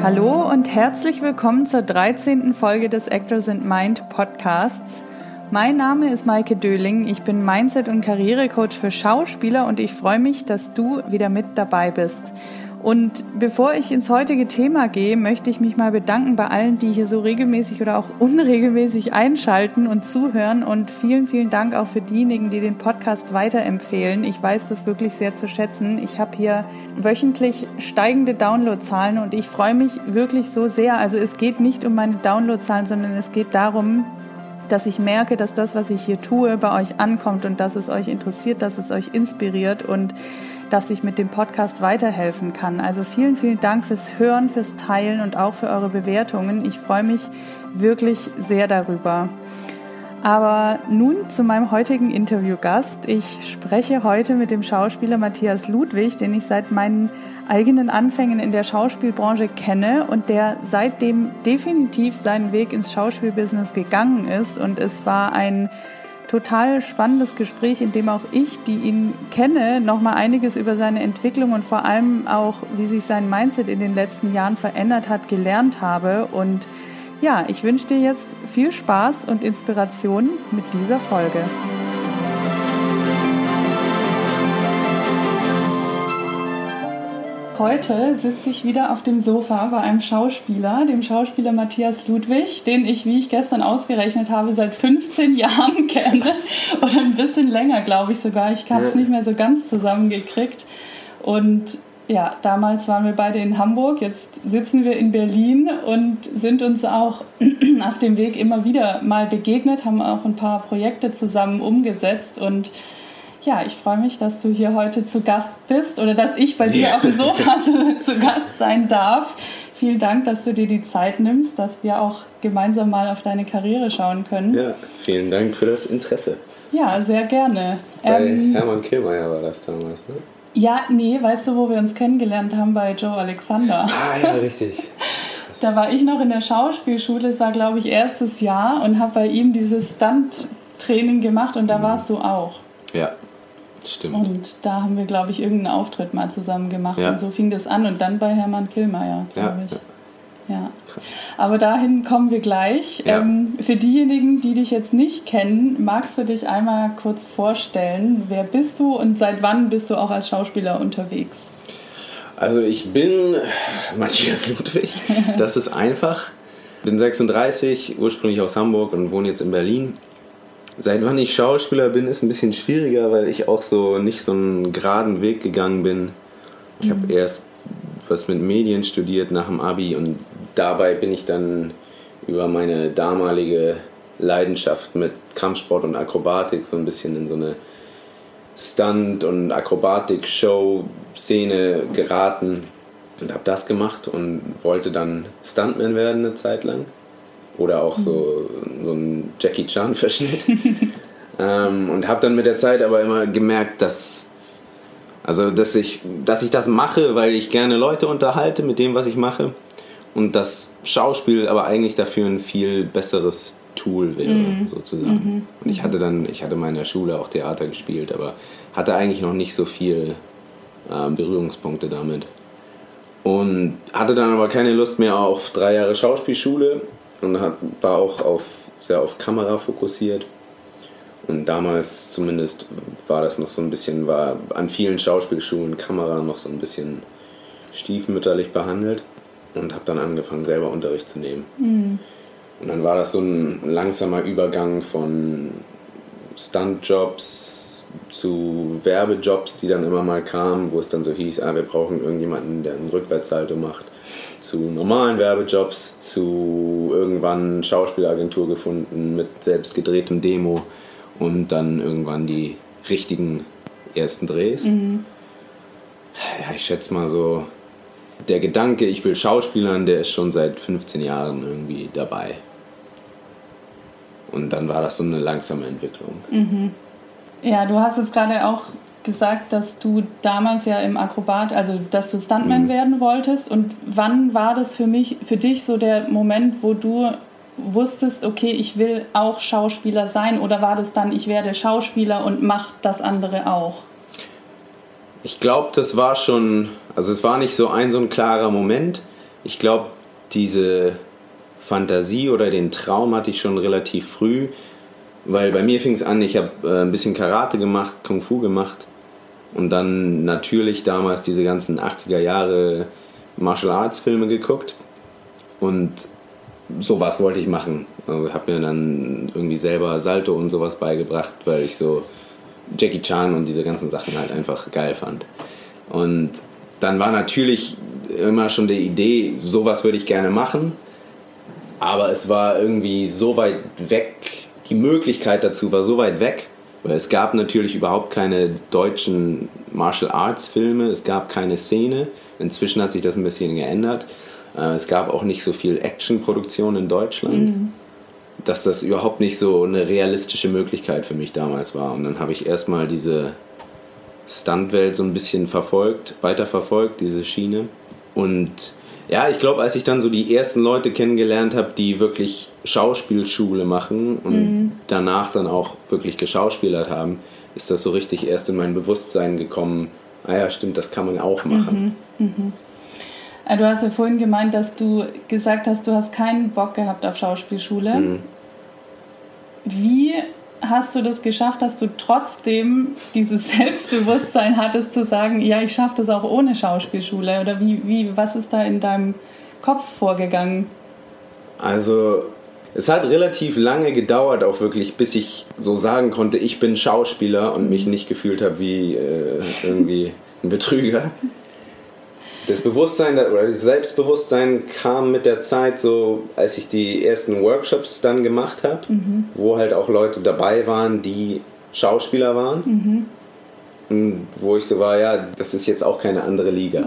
Hallo und herzlich willkommen zur 13. Folge des Actors and Mind Podcasts. Mein Name ist Maike Döhling, ich bin Mindset- und Karrierecoach für Schauspieler und ich freue mich, dass du wieder mit dabei bist. Und bevor ich ins heutige Thema gehe, möchte ich mich mal bedanken bei allen, die hier so regelmäßig oder auch unregelmäßig einschalten und zuhören. Und vielen, vielen Dank auch für diejenigen, die den Podcast weiterempfehlen. Ich weiß das wirklich sehr zu schätzen. Ich habe hier wöchentlich steigende Downloadzahlen und ich freue mich wirklich so sehr. Also es geht nicht um meine Downloadzahlen, sondern es geht darum, dass ich merke, dass das, was ich hier tue, bei euch ankommt und dass es euch interessiert, dass es euch inspiriert und dass ich mit dem Podcast weiterhelfen kann. Also vielen, vielen Dank fürs Hören, fürs Teilen und auch für eure Bewertungen. Ich freue mich wirklich sehr darüber. Aber nun zu meinem heutigen Interviewgast. Ich spreche heute mit dem Schauspieler Matthias Ludwig, den ich seit meinen eigenen Anfängen in der Schauspielbranche kenne und der seitdem definitiv seinen Weg ins Schauspielbusiness gegangen ist. Und es war ein total spannendes Gespräch, in dem auch ich, die ihn kenne, nochmal einiges über seine Entwicklung und vor allem auch, wie sich sein Mindset in den letzten Jahren verändert hat, gelernt habe. Und ja, ich wünsche dir jetzt viel Spaß und Inspiration mit dieser Folge. Heute sitze ich wieder auf dem Sofa bei einem Schauspieler, dem Schauspieler Matthias Ludwig, den ich, wie ich gestern ausgerechnet habe, seit 15 Jahren kenne. Oder ein bisschen länger, glaube ich sogar. Ich habe es nicht mehr so ganz zusammengekriegt. Und ja, damals waren wir beide in Hamburg, jetzt sitzen wir in Berlin und sind uns auch auf dem Weg immer wieder mal begegnet, haben auch ein paar Projekte zusammen umgesetzt und ja, ich freue mich, dass du hier heute zu Gast bist oder dass ich bei dir auf dem Sofa zu Gast sein darf. Vielen Dank, dass du dir die Zeit nimmst, dass wir auch gemeinsam mal auf deine Karriere schauen können. Ja, vielen Dank für das Interesse. Ja, sehr gerne. Bei Hermann Killmeyer war das damals, ne? Ja, nee, weißt du, wo wir uns kennengelernt haben? Bei Joe Alexander. Ah ja, richtig. Da war ich noch in der Schauspielschule, es war, glaube ich, erstes Jahr und habe bei ihm dieses Stunt-Training gemacht und da warst du auch. Ja, stimmt. Und da haben wir, glaube ich, irgendeinen Auftritt mal zusammen gemacht ja. Und so fing das an und dann bei Hermann Killmeyer, glaube ich. Ja. Ja. Aber dahin kommen wir gleich. Ja. Für diejenigen, die dich jetzt nicht kennen, magst du dich einmal kurz vorstellen? Wer bist du und seit wann bist du auch als Schauspieler unterwegs? Also ich bin Matthias Ludwig, das ist einfach. Bin 36, ursprünglich aus Hamburg und wohne jetzt in Berlin. Seit wann ich Schauspieler bin, ist ein bisschen schwieriger, weil ich auch so nicht so einen geraden Weg gegangen bin. Ich habe erst was mit Medien studiert nach dem Abi und dabei bin ich dann über meine damalige Leidenschaft mit Kampfsport und Akrobatik so ein bisschen in so eine Stunt- und Akrobatik-Show-Szene geraten und habe das gemacht und wollte dann Stuntman werden eine Zeit lang oder auch so ein Jackie Chan-Verschnitt und habe dann mit der Zeit aber immer gemerkt, dass ich das mache, weil ich gerne Leute unterhalte mit dem, was ich mache und das Schauspiel aber eigentlich dafür ein viel besseres Tool wäre, sozusagen. Und ich hatte mal in der Schule auch Theater gespielt, aber hatte eigentlich noch nicht so viel Berührungspunkte damit. Und hatte dann aber keine Lust mehr auf 3 Jahre Schauspielschule und war auch sehr auf Kamera fokussiert. Und damals zumindest war das noch so ein bisschen, war an vielen Schauspielschulen Kamera noch so ein bisschen stiefmütterlich behandelt und habe dann angefangen, selber Unterricht zu nehmen. Und dann war das so ein langsamer Übergang von Stuntjobs zu Werbejobs, die dann immer mal kamen, wo es dann so hieß, wir brauchen irgendjemanden, der einen Rückwärtssalto macht, zu normalen Werbejobs, zu irgendwann Schauspielagentur gefunden mit selbst gedrehtem Demo. Und dann irgendwann die richtigen ersten Drehs. Ja, ich schätze mal so, der Gedanke, ich will Schauspielern, der ist schon seit 15 Jahren irgendwie dabei. Und dann war das so eine langsame Entwicklung. Ja, du hast jetzt gerade auch gesagt, dass du damals ja im dass du Stuntman werden wolltest. Und wann war das für dich so der Moment, wo du wusstest, okay, ich will auch Schauspieler sein, oder war das dann, ich werde Schauspieler und mach das andere auch? Ich glaube, das war schon, also es war nicht so ein klarer Moment. Ich glaube, diese Fantasie oder den Traum hatte ich schon relativ früh, weil bei mir fing es an, ich habe ein bisschen Karate gemacht, Kung Fu gemacht und dann natürlich damals diese ganzen 80er Jahre Martial Arts Filme geguckt und sowas wollte ich machen. Also habe mir dann irgendwie selber Salto und sowas beigebracht, weil ich so Jackie Chan und diese ganzen Sachen halt einfach geil fand. Und dann war natürlich immer schon die Idee, sowas würde ich gerne machen, aber es war irgendwie so weit weg, die Möglichkeit dazu war so weit weg, weil es gab natürlich überhaupt keine deutschen Martial Arts Filme, es gab keine Szene, inzwischen hat sich das ein bisschen geändert, es gab auch nicht so viel Action-Produktion in Deutschland, dass das überhaupt nicht so eine realistische Möglichkeit für mich damals war. Und dann habe ich erstmal diese Stuntwelt so ein bisschen weiterverfolgt, diese Schiene. Und ja, ich glaube, als ich dann so die ersten Leute kennengelernt habe, die wirklich Schauspielschule machen und danach dann auch wirklich geschauspielert haben, ist das so richtig erst in mein Bewusstsein gekommen, ja stimmt, das kann man auch machen. Du hast ja vorhin gemeint, dass du gesagt hast, du hast keinen Bock gehabt auf Schauspielschule. Wie hast du das geschafft, dass du trotzdem dieses Selbstbewusstsein hattest, zu sagen, ja, ich schaffe das auch ohne Schauspielschule? Oder was ist da in deinem Kopf vorgegangen? Also, es hat relativ lange gedauert, auch wirklich, bis ich so sagen konnte, ich bin Schauspieler und mich nicht gefühlt habe wie irgendwie ein Betrüger. Das Bewusstsein oder das Selbstbewusstsein kam mit der Zeit so, als ich die ersten Workshops dann gemacht habe, wo halt auch Leute dabei waren, die Schauspieler waren. Und wo ich so war, ja, das ist jetzt auch keine andere Liga.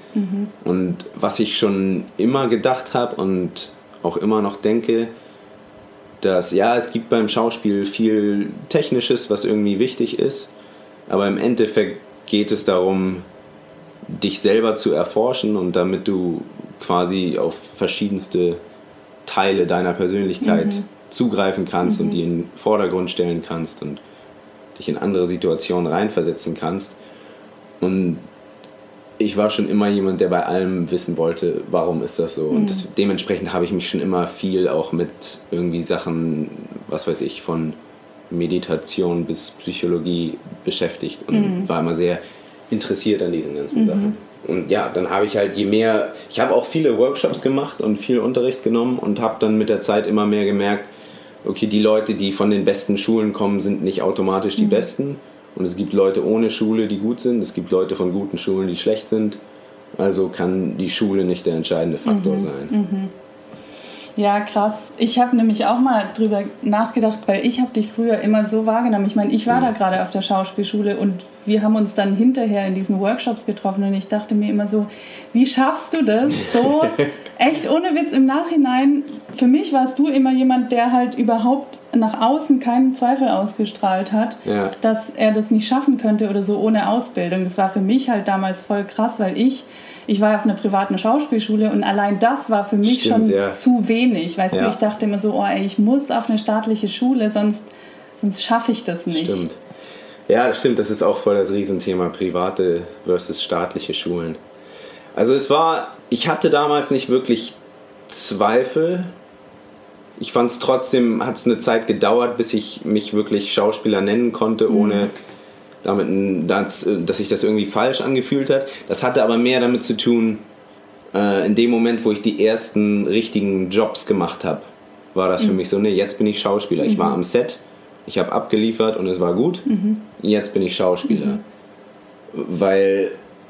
Und was ich schon immer gedacht habe und auch immer noch denke, dass ja, es gibt beim Schauspiel viel Technisches, was irgendwie wichtig ist, aber im Endeffekt geht es darum, dich selber zu erforschen und damit du quasi auf verschiedenste Teile deiner Persönlichkeit zugreifen kannst und die in den Vordergrund stellen kannst und dich in andere Situationen reinversetzen kannst. Und ich war schon immer jemand, der bei allem wissen wollte, warum ist das so. Und dementsprechend habe ich mich schon immer viel auch mit irgendwie Sachen, was weiß ich, von Meditation bis Psychologie beschäftigt und war immer sehr interessiert an diesen ganzen Sachen. Und ja, dann habe ich halt ich habe auch viele Workshops gemacht und viel Unterricht genommen und habe dann mit der Zeit immer mehr gemerkt, okay, die Leute, die von den besten Schulen kommen, sind nicht automatisch die Besten. Und es gibt Leute ohne Schule, die gut sind. Es gibt Leute von guten Schulen, die schlecht sind. Also kann die Schule nicht der entscheidende Faktor sein. Ja, krass. Ich habe nämlich auch mal drüber nachgedacht, weil ich habe dich früher immer so wahrgenommen. Ich meine, ich war da gerade auf der Schauspielschule und wir haben uns dann hinterher in diesen Workshops getroffen und ich dachte mir immer so, wie schaffst du das? So echt ohne Witz im Nachhinein. Für mich warst du immer jemand, der halt überhaupt nach außen keinen Zweifel ausgestrahlt hat, dass er das nicht schaffen könnte oder so ohne Ausbildung. Das war für mich halt damals voll krass, weil ich war auf einer privaten Schauspielschule und allein das war für mich schon zu wenig. Weißt du, ich dachte immer so, ich muss auf eine staatliche Schule, sonst schaffe ich das nicht. Stimmt. Ja, das stimmt, das ist auch voll das Riesenthema, private versus staatliche Schulen. Also ich hatte damals nicht wirklich Zweifel. Ich fand es trotzdem, hat es eine Zeit gedauert, bis ich mich wirklich Schauspieler nennen konnte, ohne dass sich das irgendwie falsch angefühlt hat. Das hatte aber mehr damit zu tun, in dem Moment, wo ich die ersten richtigen Jobs gemacht habe, war das für mich so, jetzt bin ich Schauspieler. Ich war am Set, ich habe abgeliefert und es war gut. Jetzt bin ich Schauspieler. Weil,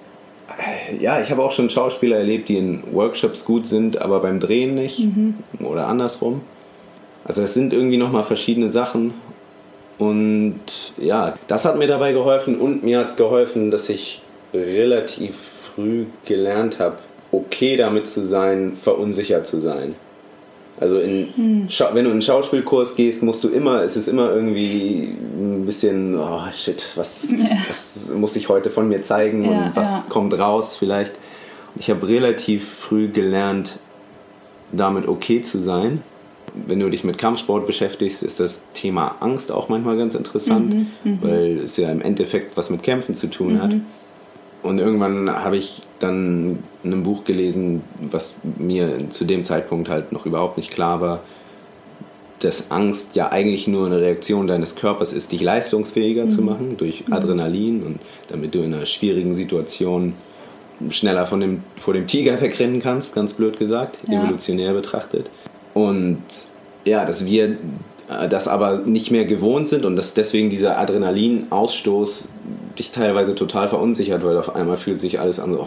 ich habe auch schon Schauspieler erlebt, die in Workshops gut sind, aber beim Drehen nicht. Oder andersrum. Also das sind irgendwie nochmal verschiedene Sachen. Und ja, das hat mir dabei geholfen und mir hat geholfen, dass ich relativ früh gelernt habe, okay damit zu sein, verunsichert zu sein. Also wenn du in einen Schauspielkurs gehst, es ist immer irgendwie ein bisschen, was muss ich heute von mir zeigen und was kommt raus vielleicht. Und ich habe relativ früh gelernt, damit okay zu sein. Wenn du dich mit Kampfsport beschäftigst, ist das Thema Angst auch manchmal ganz interessant, weil es ja im Endeffekt was mit Kämpfen zu tun hat. Und irgendwann habe ich dann in einem Buch gelesen, was mir zu dem Zeitpunkt halt noch überhaupt nicht klar war, dass Angst ja eigentlich nur eine Reaktion deines Körpers ist, dich leistungsfähiger zu machen durch Adrenalin und damit du in einer schwierigen Situation schneller vor dem Tiger wegrennen kannst, ganz blöd gesagt, evolutionär betrachtet. Und ja, dass wir das aber nicht mehr gewohnt sind und dass deswegen dieser Adrenalinausstoß dich teilweise total verunsichert, weil auf einmal fühlt sich alles an,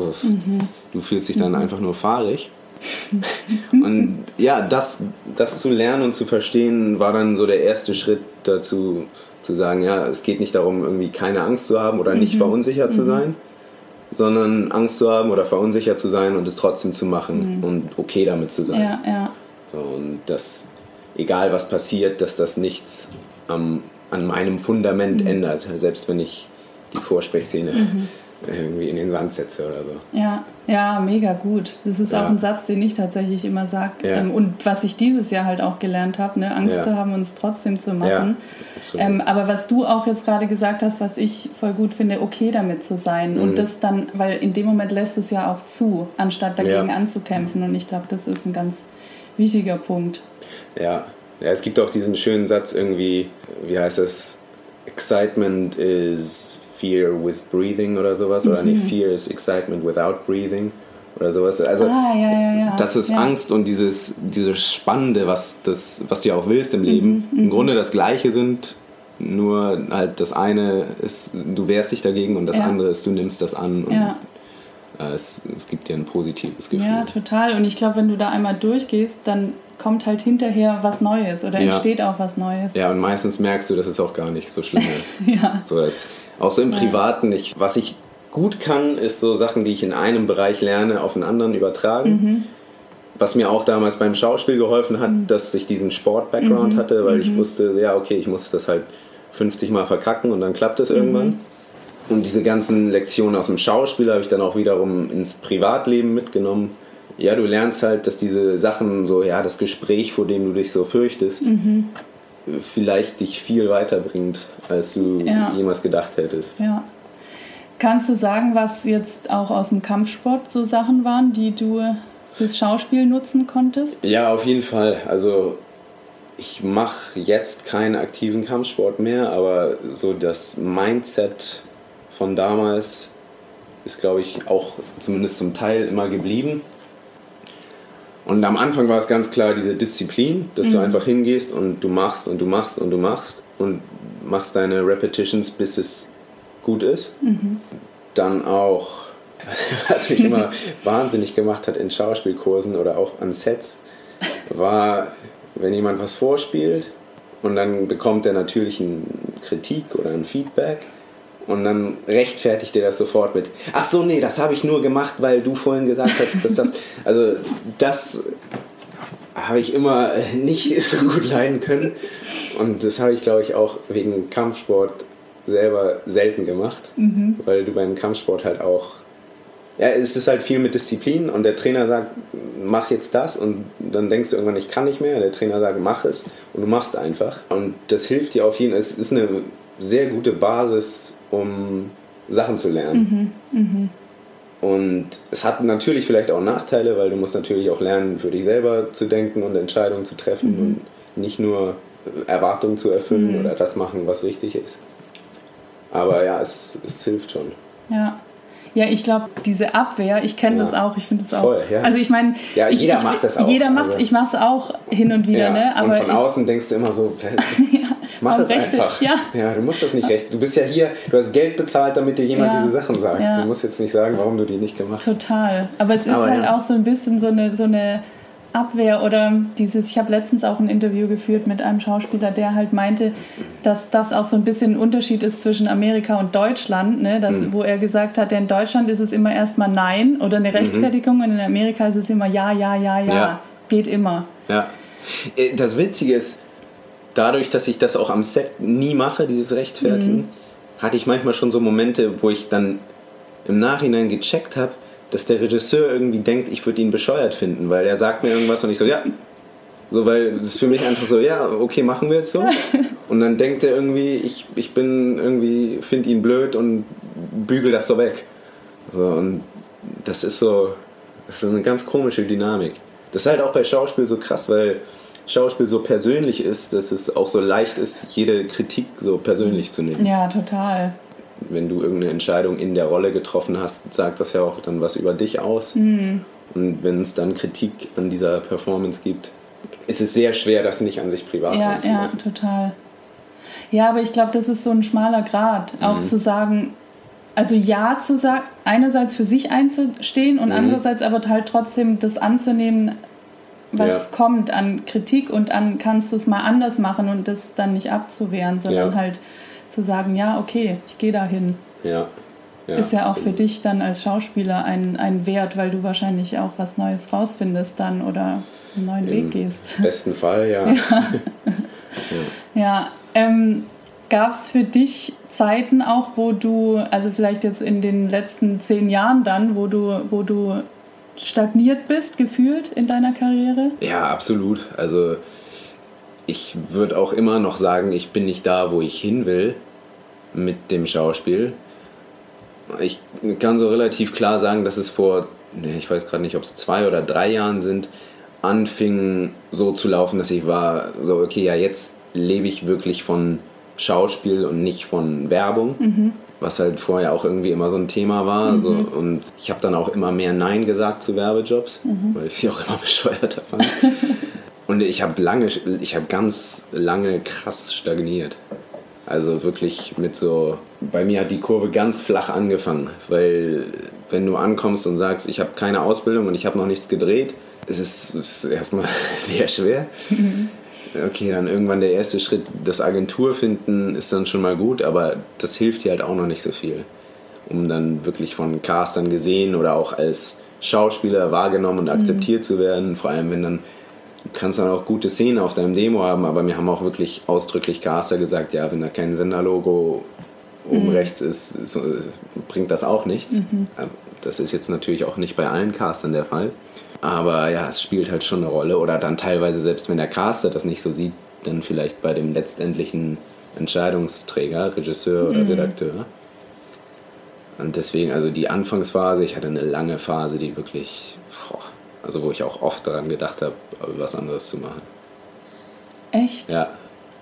du fühlst dich dann einfach nur fahrig. Und ja, das zu lernen und zu verstehen, war dann so der erste Schritt dazu, zu sagen, ja, es geht nicht darum, irgendwie keine Angst zu haben oder nicht verunsichert zu sein, sondern Angst zu haben oder verunsichert zu sein und es trotzdem zu machen und okay damit zu sein. Ja, ja. So, und das, egal was passiert, dass das nichts an meinem Fundament ändert, selbst wenn ich die Vorsprechszene irgendwie in den Sand setze oder so. Ja, mega gut. Das ist auch ein Satz, den ich tatsächlich immer sage. Ja. Und was ich dieses Jahr halt auch gelernt habe, ne? Angst zu haben und es trotzdem zu machen. Ja, aber was du auch jetzt gerade gesagt hast, was ich voll gut finde, okay damit zu sein. Und das dann, weil in dem Moment lässt du es ja auch zu, anstatt dagegen anzukämpfen. Und ich glaube, das ist ein ganz wichtiger Punkt. Ja, es gibt auch diesen schönen Satz irgendwie, wie heißt das? Excitement is fear with breathing oder sowas. Oder nee, fear is excitement without breathing oder sowas. Also das ist Angst und dieses Spannende, was du ja auch willst im Leben, im Grunde das Gleiche sind, nur halt das eine ist, du wehrst dich dagegen und das andere ist, du nimmst das an und es gibt dir ein positives Gefühl. Ja, total. Und ich glaube, wenn du da einmal durchgehst, dann kommt halt hinterher was Neues oder entsteht auch was Neues. Ja, und meistens merkst du, dass es auch gar nicht so schlimm ist. So, auch so im Privaten, was ich gut kann, ist so Sachen, die ich in einem Bereich lerne, auf einen anderen übertragen. Was mir auch damals beim Schauspiel geholfen hat, dass ich diesen Sport-Background hatte, weil ich wusste, ja, okay, ich muss das halt 50 Mal verkacken und dann klappt es irgendwann. Und diese ganzen Lektionen aus dem Schauspiel habe ich dann auch wiederum ins Privatleben mitgenommen. Ja, du lernst halt, dass diese Sachen, so das Gespräch, vor dem du dich so fürchtest, vielleicht dich viel weiterbringt, als du jemals gedacht hättest. Ja. Kannst du sagen, was jetzt auch aus dem Kampfsport so Sachen waren, die du fürs Schauspiel nutzen konntest? Ja, auf jeden Fall. Also ich mache jetzt keinen aktiven Kampfsport mehr, aber so das Mindset von damals ist, glaube ich, auch zumindest zum Teil immer geblieben. Und am Anfang war es ganz klar diese Disziplin, dass du einfach hingehst und du machst und du machst und du machst und machst deine Repetitions, bis es gut ist. Dann auch, was mich immer wahnsinnig gemacht hat in Schauspielkursen oder auch an Sets, war, wenn jemand was vorspielt und dann bekommt er natürlich eine Kritik oder ein Feedback. Und dann rechtfertigt ihr das sofort mit, ach so, nee, das habe ich nur gemacht, weil du vorhin gesagt hast, dass das... Also das habe ich immer nicht so gut leiden können. Und das habe ich, glaube ich, auch wegen Kampfsport selber selten gemacht. Weil du beim Kampfsport halt auch... Ja, es ist halt viel mit Disziplin und der Trainer sagt, mach jetzt das und dann denkst du irgendwann, ich kann nicht mehr. Der Trainer sagt, mach es und du machst einfach. Und das hilft dir auf jeden Fall. Es ist eine sehr gute Basis, um Sachen zu lernen. Und es hat natürlich vielleicht auch Nachteile, weil du musst natürlich auch lernen, für dich selber zu denken und Entscheidungen zu treffen und nicht nur Erwartungen zu erfüllen oder das machen, was richtig ist. Aber ja, es hilft schon. Ja, ich glaube, diese Abwehr, ich kenne das auch, ich finde das auch. Voll, ja. Also ich meine, jeder macht das auch. Jeder macht, ich mache es auch hin und wieder, ne? Aber und von außen denkst du immer so, mach es einfach. Ja, du musst das nicht recht. Du bist ja hier, du hast Geld bezahlt, damit dir jemand diese Sachen sagt. Du musst jetzt nicht sagen, warum du die nicht gemacht hast. Total. Aber es ist halt auch so ein bisschen so eine Abwehr oder dieses, ich habe letztens auch ein Interview geführt mit einem Schauspieler, der halt meinte, dass das auch so ein bisschen ein Unterschied ist zwischen Amerika und Deutschland, ne? Wo er gesagt hat, in Deutschland ist es immer erstmal Nein oder eine Rechtfertigung und in Amerika ist es immer ja. Geht immer. Ja. Das Witzige ist, dadurch, dass ich das auch am Set nie mache, dieses Rechtfertigen, hatte ich manchmal schon so Momente, wo ich dann im Nachhinein gecheckt habe, dass der Regisseur irgendwie denkt, ich würde ihn bescheuert finden, weil er sagt mir irgendwas und ich so, ja. So, weil es ist für mich einfach so, ja, okay, machen wir jetzt so. Und dann denkt er irgendwie, ich bin irgendwie, finde ihn blöd und bügel das so weg. So, und das ist so eine ganz komische Dynamik. Das ist halt auch bei Schauspiel so krass, weil Schauspiel so persönlich ist, dass es auch so leicht ist, jede Kritik so persönlich zu nehmen. Ja, total. Wenn du irgendeine Entscheidung in der Rolle getroffen hast, sagt das ja auch dann was über dich aus. Und wenn es dann Kritik an dieser Performance gibt, ist es sehr schwer, das nicht an sich privat anzulassen. Ja, total. Ja, aber ich glaube, das ist so ein schmaler Grat, auch zu sagen, also ja zu sagen, einerseits für sich einzustehen und andererseits aber halt trotzdem das anzunehmen, was kommt an Kritik und an kannst du es mal anders machen und das dann nicht abzuwehren, sondern halt zu sagen, ja, okay, ich gehe dahin. Ja. Ist ja auch für dich dann als Schauspieler ein Wert, weil du wahrscheinlich auch was Neues rausfindest dann oder einen neuen Weg gehst. Im besten Fall, ja. Ja, gab es für dich Zeiten auch, wo du, also vielleicht jetzt in den letzten 10 Jahren dann, wo du stagniert bist, gefühlt in deiner Karriere? Ja, absolut. Also ich würde auch immer noch sagen, ich bin nicht da, wo ich hin will mit dem Schauspiel. Ich kann so relativ klar sagen, dass es ich weiß gerade nicht, ob es 2 oder 3 Jahren sind, anfing so zu laufen, dass ich war so, okay, ja, jetzt lebe ich wirklich von Schauspiel und nicht von Werbung, was halt vorher auch irgendwie immer so ein Thema war. So, und ich habe dann auch immer mehr Nein gesagt zu Werbejobs, weil ich sie auch immer bescheuerter fand. Und ich habe ganz lange krass stagniert. Also wirklich bei mir hat die Kurve ganz flach angefangen, weil wenn du ankommst und sagst, ich habe keine Ausbildung und ich habe noch nichts gedreht, ist es erstmal sehr schwer. Okay, dann irgendwann der erste Schritt, das Agentur finden, ist dann schon mal gut, aber das hilft dir halt auch noch nicht so viel, um dann wirklich von Castern gesehen oder auch als Schauspieler wahrgenommen und akzeptiert zu werden, vor allem wenn dann du kannst dann auch gute Szenen auf deinem Demo haben, aber mir haben auch wirklich ausdrücklich Caster gesagt, ja, wenn da kein Senderlogo oben rechts ist, bringt das auch nichts. Das ist jetzt natürlich auch nicht bei allen Castern der Fall. Aber ja, es spielt halt schon eine Rolle. Oder dann teilweise, selbst wenn der Caster das nicht so sieht, dann vielleicht bei dem letztendlichen Entscheidungsträger, Regisseur oder Redakteur. Und deswegen, also die Anfangsphase, ich hatte eine lange Phase, die wirklich... Also wo ich auch oft daran gedacht habe, was anderes zu machen. Echt? Ja.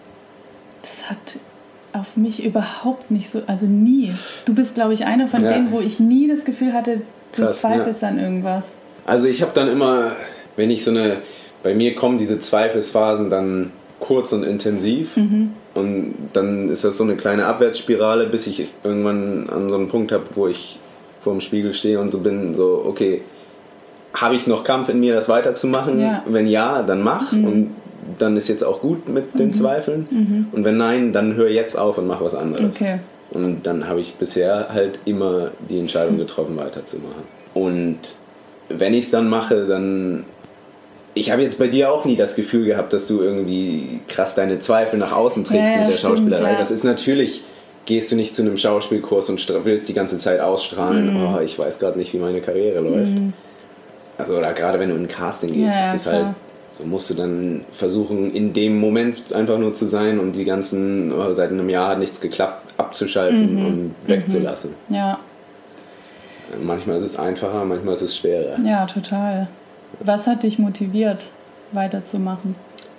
Das hat auf mich überhaupt nicht so, also nie. Du bist, glaube ich, einer von denen, wo ich nie das Gefühl hatte, du zweifelst an irgendwas. Also ich habe dann immer, wenn ich bei mir kommen diese Zweifelsphasen dann kurz und intensiv und dann ist das so eine kleine Abwärtsspirale, bis ich irgendwann an so einen Punkt habe, wo ich vor dem Spiegel stehe und so bin, so okay, habe ich noch Kampf in mir, das weiterzumachen? Ja. Wenn ja, dann mach. Und dann ist jetzt auch gut mit den Zweifeln. Und wenn nein, dann hör jetzt auf und mach was anderes. Okay. Und dann habe ich bisher halt immer die Entscheidung getroffen, weiterzumachen. Und wenn ich es dann mache, dann... Ich habe jetzt bei dir auch nie das Gefühl gehabt, dass du irgendwie krass deine Zweifel nach außen trägst mit der Schauspielerei. Ja. Das ist natürlich... Gehst du nicht zu einem Schauspielkurs und willst die ganze Zeit ausstrahlen, oh, ich weiß gerade nicht, wie meine Karriere läuft. Also, oder gerade wenn du in ein Casting gehst, das ist halt, so musst du dann versuchen, in dem Moment einfach nur zu sein und die ganzen, seit einem Jahr hat nichts geklappt, abzuschalten und wegzulassen. Ja. Manchmal ist es einfacher, manchmal ist es schwerer. Ja, total. Was hat dich motiviert, weiterzumachen?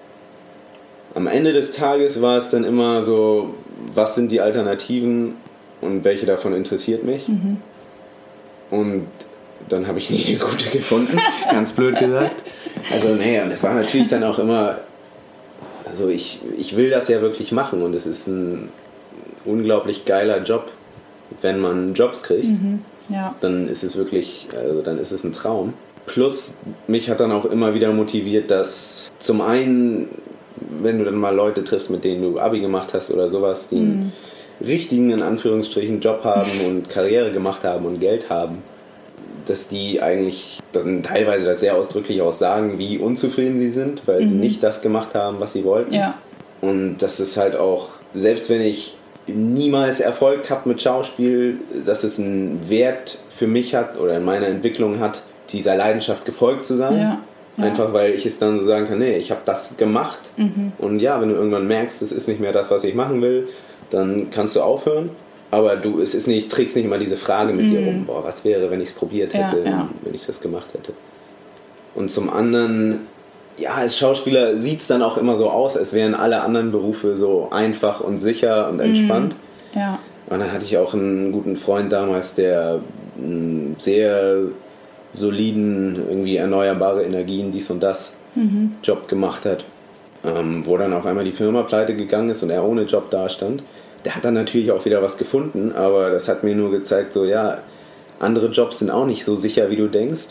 Am Ende des Tages war es dann immer so, was sind die Alternativen und welche davon interessiert mich? Und dann habe ich nie eine gute gefunden, ganz blöd gesagt. Also nee, und es war natürlich dann auch immer, also ich will das ja wirklich machen und es ist ein unglaublich geiler Job, wenn man Jobs kriegt. Ja. Dann ist es wirklich, also dann ist es ein Traum. Plus, mich hat dann auch immer wieder motiviert, dass zum einen, wenn du dann mal Leute triffst, mit denen du Abi gemacht hast oder sowas, die einen richtigen, in Anführungsstrichen, Job haben und Karriere gemacht haben und Geld haben, dass die eigentlich dann teilweise das sehr ausdrücklich auch sagen, wie unzufrieden sie sind, weil sie nicht das gemacht haben, was sie wollten. Ja. Und das ist halt auch, selbst wenn ich niemals Erfolg habe mit Schauspiel, dass es einen Wert für mich hat oder in meiner Entwicklung hat, dieser Leidenschaft gefolgt zu sein. Ja. Ja. Einfach weil ich es dann so sagen kann, nee, ich habe das gemacht. Und ja, wenn du irgendwann merkst, es ist nicht mehr das, was ich machen will, dann kannst du aufhören. Aber trägst nicht immer diese Frage mit dir rum, boah, was wäre, wenn ich es probiert hätte, wenn ich das gemacht hätte. Und zum anderen, ja, als Schauspieler sieht es dann auch immer so aus, als wären alle anderen Berufe so einfach und sicher und entspannt. Ja. Und dann hatte ich auch einen guten Freund damals, der einen sehr soliden, irgendwie erneuerbare Energien, dies und das Job gemacht hat, wo dann auf einmal die Firma pleite gegangen ist und er ohne Job dastand. Der hat dann natürlich auch wieder was gefunden, aber das hat mir nur gezeigt, so ja, andere Jobs sind auch nicht so sicher, wie du denkst.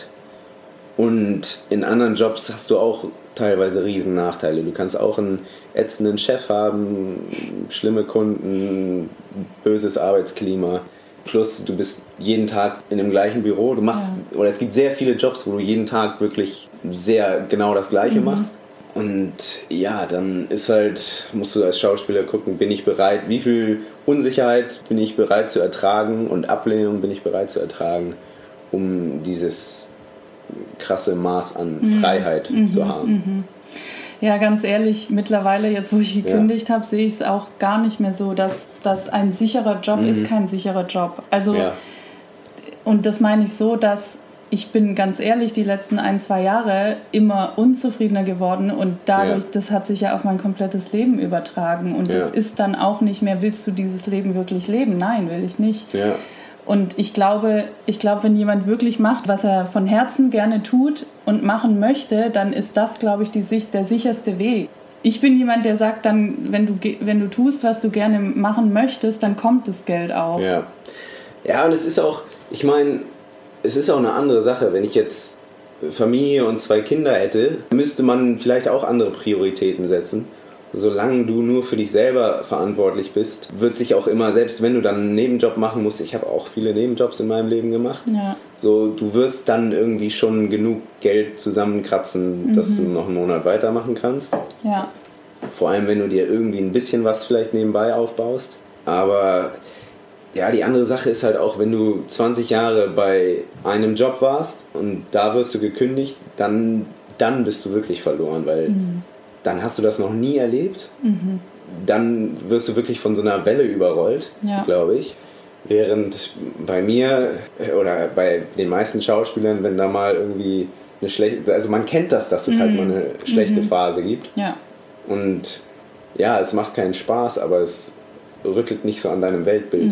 Und in anderen Jobs hast du auch teilweise riesen Nachteile. Du kannst auch einen ätzenden Chef haben, schlimme Kunden, böses Arbeitsklima. Plus du bist jeden Tag in dem gleichen Büro. Oder es gibt sehr viele Jobs, wo du jeden Tag wirklich sehr genau das Gleiche machst. Und ja, dann musst du als Schauspieler gucken, bin ich bereit, wie viel Unsicherheit bin ich bereit zu ertragen und Ablehnung bin ich bereit zu ertragen, um dieses krasse Maß an Freiheit zu haben. Ja, ganz ehrlich, mittlerweile, jetzt wo ich gekündigt habe, sehe ich es auch gar nicht mehr so, dass ein sicherer Job ist kein sicherer Job. Also, und das meine ich so, dass ich bin ganz ehrlich, die letzten 1-2 Jahre immer unzufriedener geworden und dadurch, das hat sich ja auf mein komplettes Leben übertragen und das ist dann auch nicht mehr, willst du dieses Leben wirklich leben? Nein, will ich nicht. Ja. Und ich glaube, wenn jemand wirklich macht, was er von Herzen gerne tut und machen möchte, dann ist das, glaube ich, der sicherste Weg. Ich bin jemand, der sagt dann, wenn du tust, was du gerne machen möchtest, dann kommt das Geld auch. Ja, und es ist auch, ich meine, es ist auch eine andere Sache. Wenn ich jetzt Familie und 2 Kinder hätte, müsste man vielleicht auch andere Prioritäten setzen. Solange du nur für dich selber verantwortlich bist, wird sich auch immer, selbst wenn du dann einen Nebenjob machen musst, ich habe auch viele Nebenjobs in meinem Leben gemacht, so, du wirst dann irgendwie schon genug Geld zusammenkratzen, dass du noch einen Monat weitermachen kannst. Ja. Vor allem, wenn du dir irgendwie ein bisschen was vielleicht nebenbei aufbaust. Aber ja, die andere Sache ist halt auch, wenn du 20 Jahre bei einem Job warst und da wirst du gekündigt, dann bist du wirklich verloren, weil dann hast du das noch nie erlebt. Dann wirst du wirklich von so einer Welle überrollt, glaube ich. Während bei mir oder bei den meisten Schauspielern, wenn da mal irgendwie eine schlechte, also man kennt das, dass es halt mal eine schlechte Phase gibt. Ja. Und ja, es macht keinen Spaß, aber es rüttelt nicht so an deinem Weltbild.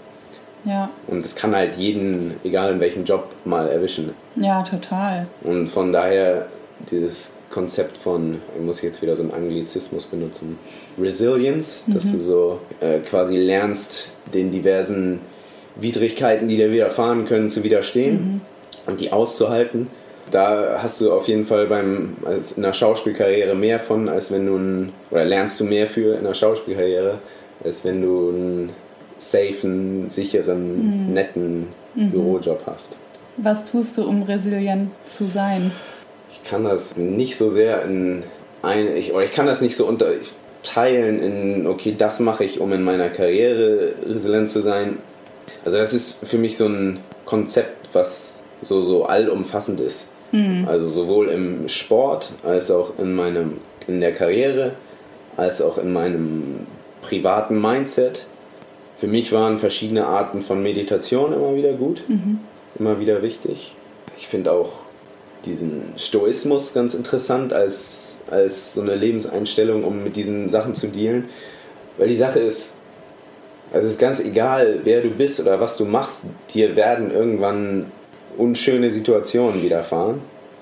Ja. Und es kann halt jeden, egal in welchem Job, mal erwischen. Ja, total. Und von daher dieses Konzept von, ich muss jetzt wieder so einen Anglizismus benutzen, Resilience, dass du so quasi lernst, den diversen Widrigkeiten, die dir widerfahren können, zu widerstehen und die auszuhalten. Da hast du auf jeden Fall in einer Schauspielkarriere mehr von, als wenn du oder lernst du mehr für in einer Schauspielkarriere, als wenn du einen safen, sicheren, netten Bürojob hast. Was tust du, um resilient zu sein? Ich kann das nicht so sehr ich kann das nicht so unterteilen in, okay, das mache ich, um in meiner Karriere resilient zu sein. Also das ist für mich so ein Konzept, was so allumfassend ist. Also sowohl im Sport, als auch in der Karriere, als auch in meinem privaten Mindset. Für mich waren verschiedene Arten von Meditation immer wieder gut, immer wieder wichtig. Ich finde auch diesen Stoismus ganz interessant als so eine Lebenseinstellung, um mit diesen Sachen zu dealen. Weil die Sache ist, also es ist ganz egal, wer du bist oder was du machst, dir werden irgendwann unschöne Situationen widerfahren.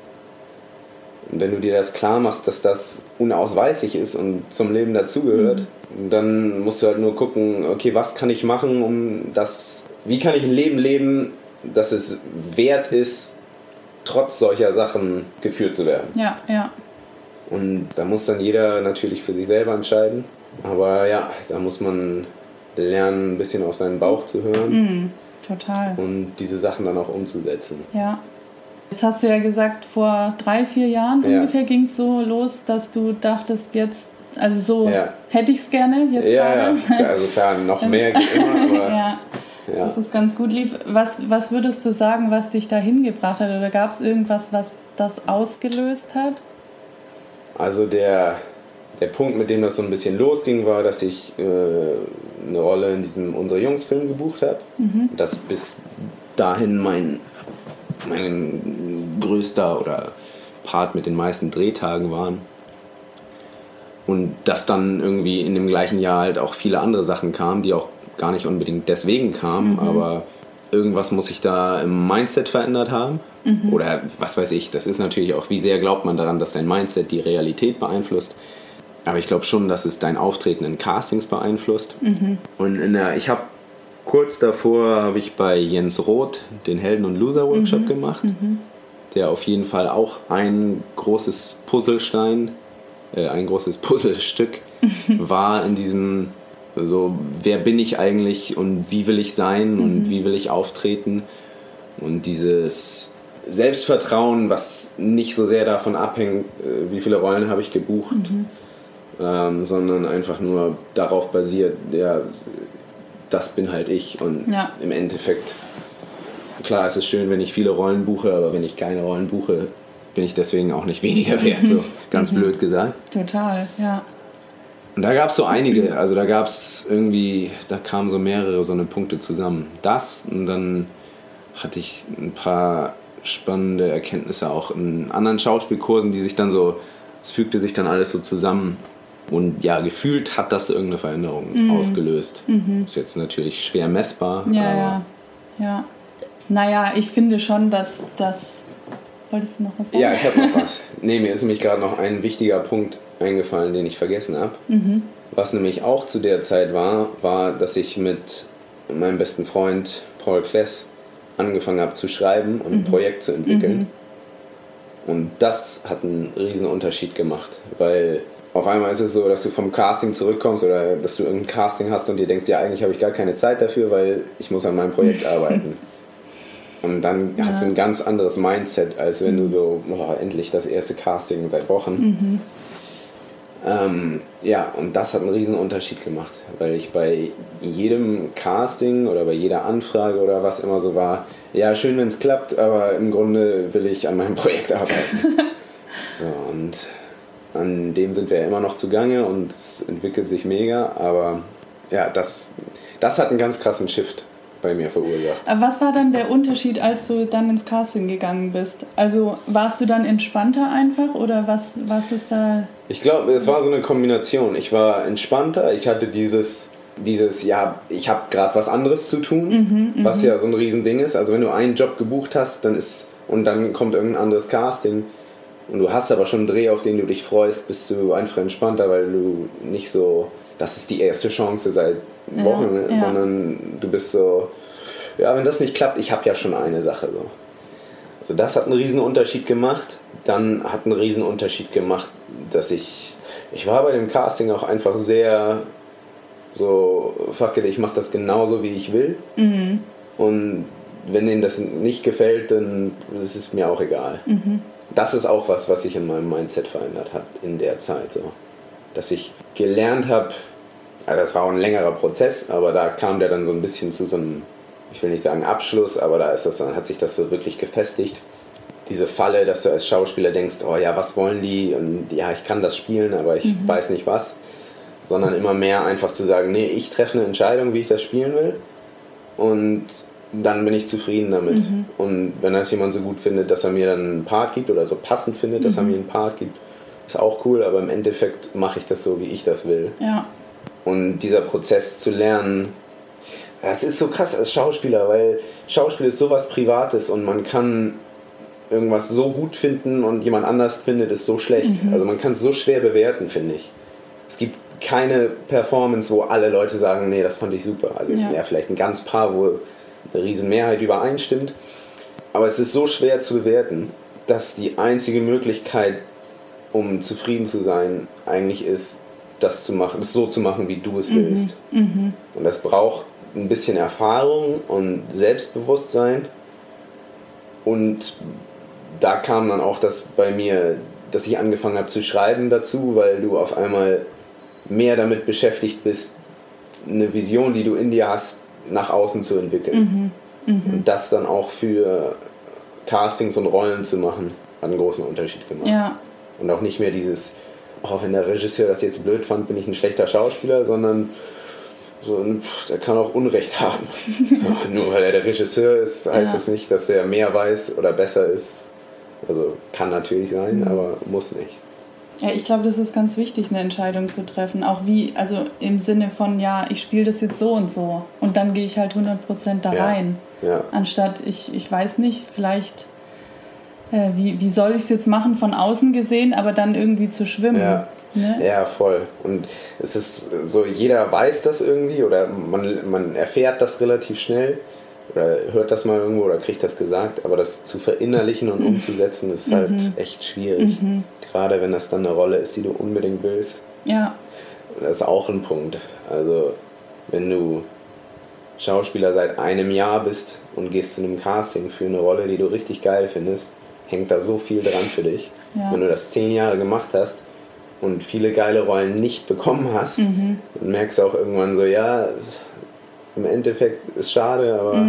Und wenn du dir das klar machst, dass das unausweichlich ist und zum Leben dazugehört, dann musst du halt nur gucken, okay, was kann ich machen, wie kann ich ein Leben leben, dass es wert ist, trotz solcher Sachen geführt zu werden. Ja, ja. Und da muss dann jeder natürlich für sich selber entscheiden. Aber ja, da muss man lernen, ein bisschen auf seinen Bauch zu hören. Total. Und diese Sachen dann auch umzusetzen. Ja. Jetzt hast du ja gesagt, vor 3-4 Jahren ungefähr ging es so los, dass du dachtest, jetzt, also so hätte ich es gerne jetzt gerade. Ja, also klar, noch mehr geht immer, aber dass es ganz gut lief. Was würdest du sagen, was dich da hingebracht hat? Oder gab es irgendwas, was das ausgelöst hat? Also der Punkt, mit dem das so ein bisschen losging, war, dass ich eine Rolle in diesem Unsere Jungs-Film gebucht habe. Das bis dahin mein größter oder Part mit den meisten Drehtagen waren. Und dass dann irgendwie in dem gleichen Jahr halt auch viele andere Sachen kamen, die auch gar nicht unbedingt deswegen kamen, aber irgendwas muss sich da im Mindset verändert haben. Oder was weiß ich, das ist natürlich auch, wie sehr glaubt man daran, dass dein Mindset die Realität beeinflusst. Aber ich glaube schon, dass es dein Auftreten in Castings beeinflusst. Und ich habe kurz davor habe ich bei Jens Roth den Helden- und Loser-Workshop gemacht, der auf jeden Fall auch ein großes Puzzlestück war in diesem, so, wer bin ich eigentlich und wie will ich sein und wie will ich auftreten. Und dieses Selbstvertrauen, was nicht so sehr davon abhängt, wie viele Rollen habe ich gebucht, sondern einfach nur darauf basiert, ja, das bin halt ich. Und im Endeffekt, klar, es ist schön, wenn ich viele Rollen buche, aber wenn ich keine Rollen buche, bin ich deswegen auch nicht weniger wert, so ganz blöd gesagt. Total, ja. Und da gab es so einige, also da gab es irgendwie, da kamen so mehrere so eine Punkte zusammen. Das und dann hatte ich ein paar spannende Erkenntnisse auch in anderen Schauspielkursen, die sich dann so, es fügte sich dann alles so zusammen. Und ja, gefühlt hat das irgendeine Veränderung ausgelöst. Ist jetzt natürlich schwer messbar. Ja. Naja, ich finde schon, dass das... Wolltest du noch was sagen? Ja, ich habe noch was. Nee, mir ist nämlich gerade noch ein wichtiger Punkt eingefallen, den ich vergessen habe. Was nämlich auch zu der Zeit war, dass ich mit meinem besten Freund Paul Kless angefangen habe zu schreiben und ein Projekt zu entwickeln. Und das hat einen riesen Unterschied gemacht, weil auf einmal ist es so, dass du vom Casting zurückkommst oder dass du irgendein Casting hast und dir denkst, ja, eigentlich habe ich gar keine Zeit dafür, weil ich muss an meinem Projekt arbeiten. Und dann hast du ein ganz anderes Mindset, als wenn du so, endlich das erste Casting seit Wochen. Und das hat einen riesen Unterschied gemacht, weil ich bei jedem Casting oder bei jeder Anfrage oder was immer so war, ja, schön, wenn es klappt, aber im Grunde will ich an meinem Projekt arbeiten. So, und an dem sind wir ja immer noch zugange und es entwickelt sich mega, aber ja, das hat einen ganz krassen Shift bei mir verursacht. Aber was war dann der Unterschied, als du dann ins Casting gegangen bist? Also warst du dann entspannter einfach oder was ist da? Ich glaube, es war so eine Kombination. Ich war entspannter, ich hatte dieses ja, ich habe gerade was anderes zu tun, was ja so ein Riesending ist. Also wenn du einen Job gebucht hast, und dann kommt irgendein anderes Casting und du hast aber schon einen Dreh, auf den du dich freust, bist du einfach entspannter, weil du nicht so, das ist die erste Chance seit Wochen, sondern du bist so, ja, wenn das nicht klappt, ich habe ja schon eine Sache. So. Also das hat einen riesen Unterschied gemacht. Dann hat einen riesen Unterschied gemacht, dass ich war bei dem Casting auch einfach sehr so, fuck it, ich mache das genauso, wie ich will. Und wenn denen das nicht gefällt, dann ist es mir auch egal. Das ist auch was sich in meinem Mindset verändert hat in der Zeit. So. Dass ich gelernt habe, also das war auch ein längerer Prozess, aber da kam der dann so ein bisschen zu so einem, ich will nicht sagen Abschluss, aber hat sich das so wirklich gefestigt. Diese Falle, dass du als Schauspieler denkst, oh ja, was wollen die? Und ja, ich kann das spielen, aber ich weiß nicht was. Sondern immer mehr einfach zu sagen, nee, ich treffe eine Entscheidung, wie ich das spielen will. Und dann bin ich zufrieden damit. Und wenn das jemand so gut findet, dass er mir dann einen Part gibt oder so passend findet, dass er mir einen Part gibt, ist auch cool, aber im Endeffekt mache ich das so, wie ich das will. Ja. Und dieser Prozess zu lernen, das ist so krass als Schauspieler, weil Schauspiel ist sowas Privates und man kann irgendwas so gut finden und jemand anders findet es so schlecht. Also man kann es so schwer bewerten, finde ich. Es gibt keine Performance, wo alle Leute sagen, nee, das fand ich super. Also ja, vielleicht ein ganz paar, wo eine riesen Mehrheit übereinstimmt. Aber es ist so schwer zu bewerten, dass die einzige Möglichkeit, um zufrieden zu sein, eigentlich ist, das so zu machen, wie du es willst. Und das braucht ein bisschen Erfahrung und Selbstbewusstsein. Und da kam dann auch das bei mir, dass ich angefangen habe zu schreiben dazu, weil du auf einmal mehr damit beschäftigt bist, eine Vision, die du in dir hast, nach außen zu entwickeln. Und das dann auch für Castings und Rollen zu machen, hat einen großen Unterschied gemacht. Ja. Und auch nicht mehr dieses, wenn der Regisseur das jetzt blöd fand, bin ich ein schlechter Schauspieler, sondern so, der kann auch Unrecht haben. So, nur weil er der Regisseur ist, heißt das nicht, dass er mehr weiß oder besser ist. Also kann natürlich sein, aber muss nicht. Ja, ich glaube, das ist ganz wichtig, eine Entscheidung zu treffen. Auch also im Sinne von, ja, ich spiele das jetzt so und dann gehe ich halt 100% da rein. Ja. Anstatt, ich weiß nicht, vielleicht, wie soll ich es jetzt machen, von außen gesehen, aber dann irgendwie zu schwimmen. Ja. Ne? Ja, voll. Und es ist so, jeder weiß das irgendwie oder man erfährt das relativ schnell oder hört das mal irgendwo oder kriegt das gesagt, aber das zu verinnerlichen und umzusetzen ist halt echt schwierig. Gerade wenn das dann eine Rolle ist, die du unbedingt willst. Ja. Das ist auch ein Punkt. Also wenn du Schauspieler seit einem Jahr bist und gehst zu einem Casting für eine Rolle, die du richtig geil findest, hängt da so viel dran für dich. Ja. Wenn du das 10 Jahre gemacht hast und viele geile Rollen nicht bekommen hast, dann merkst du auch irgendwann so, ja, im Endeffekt ist schade, aber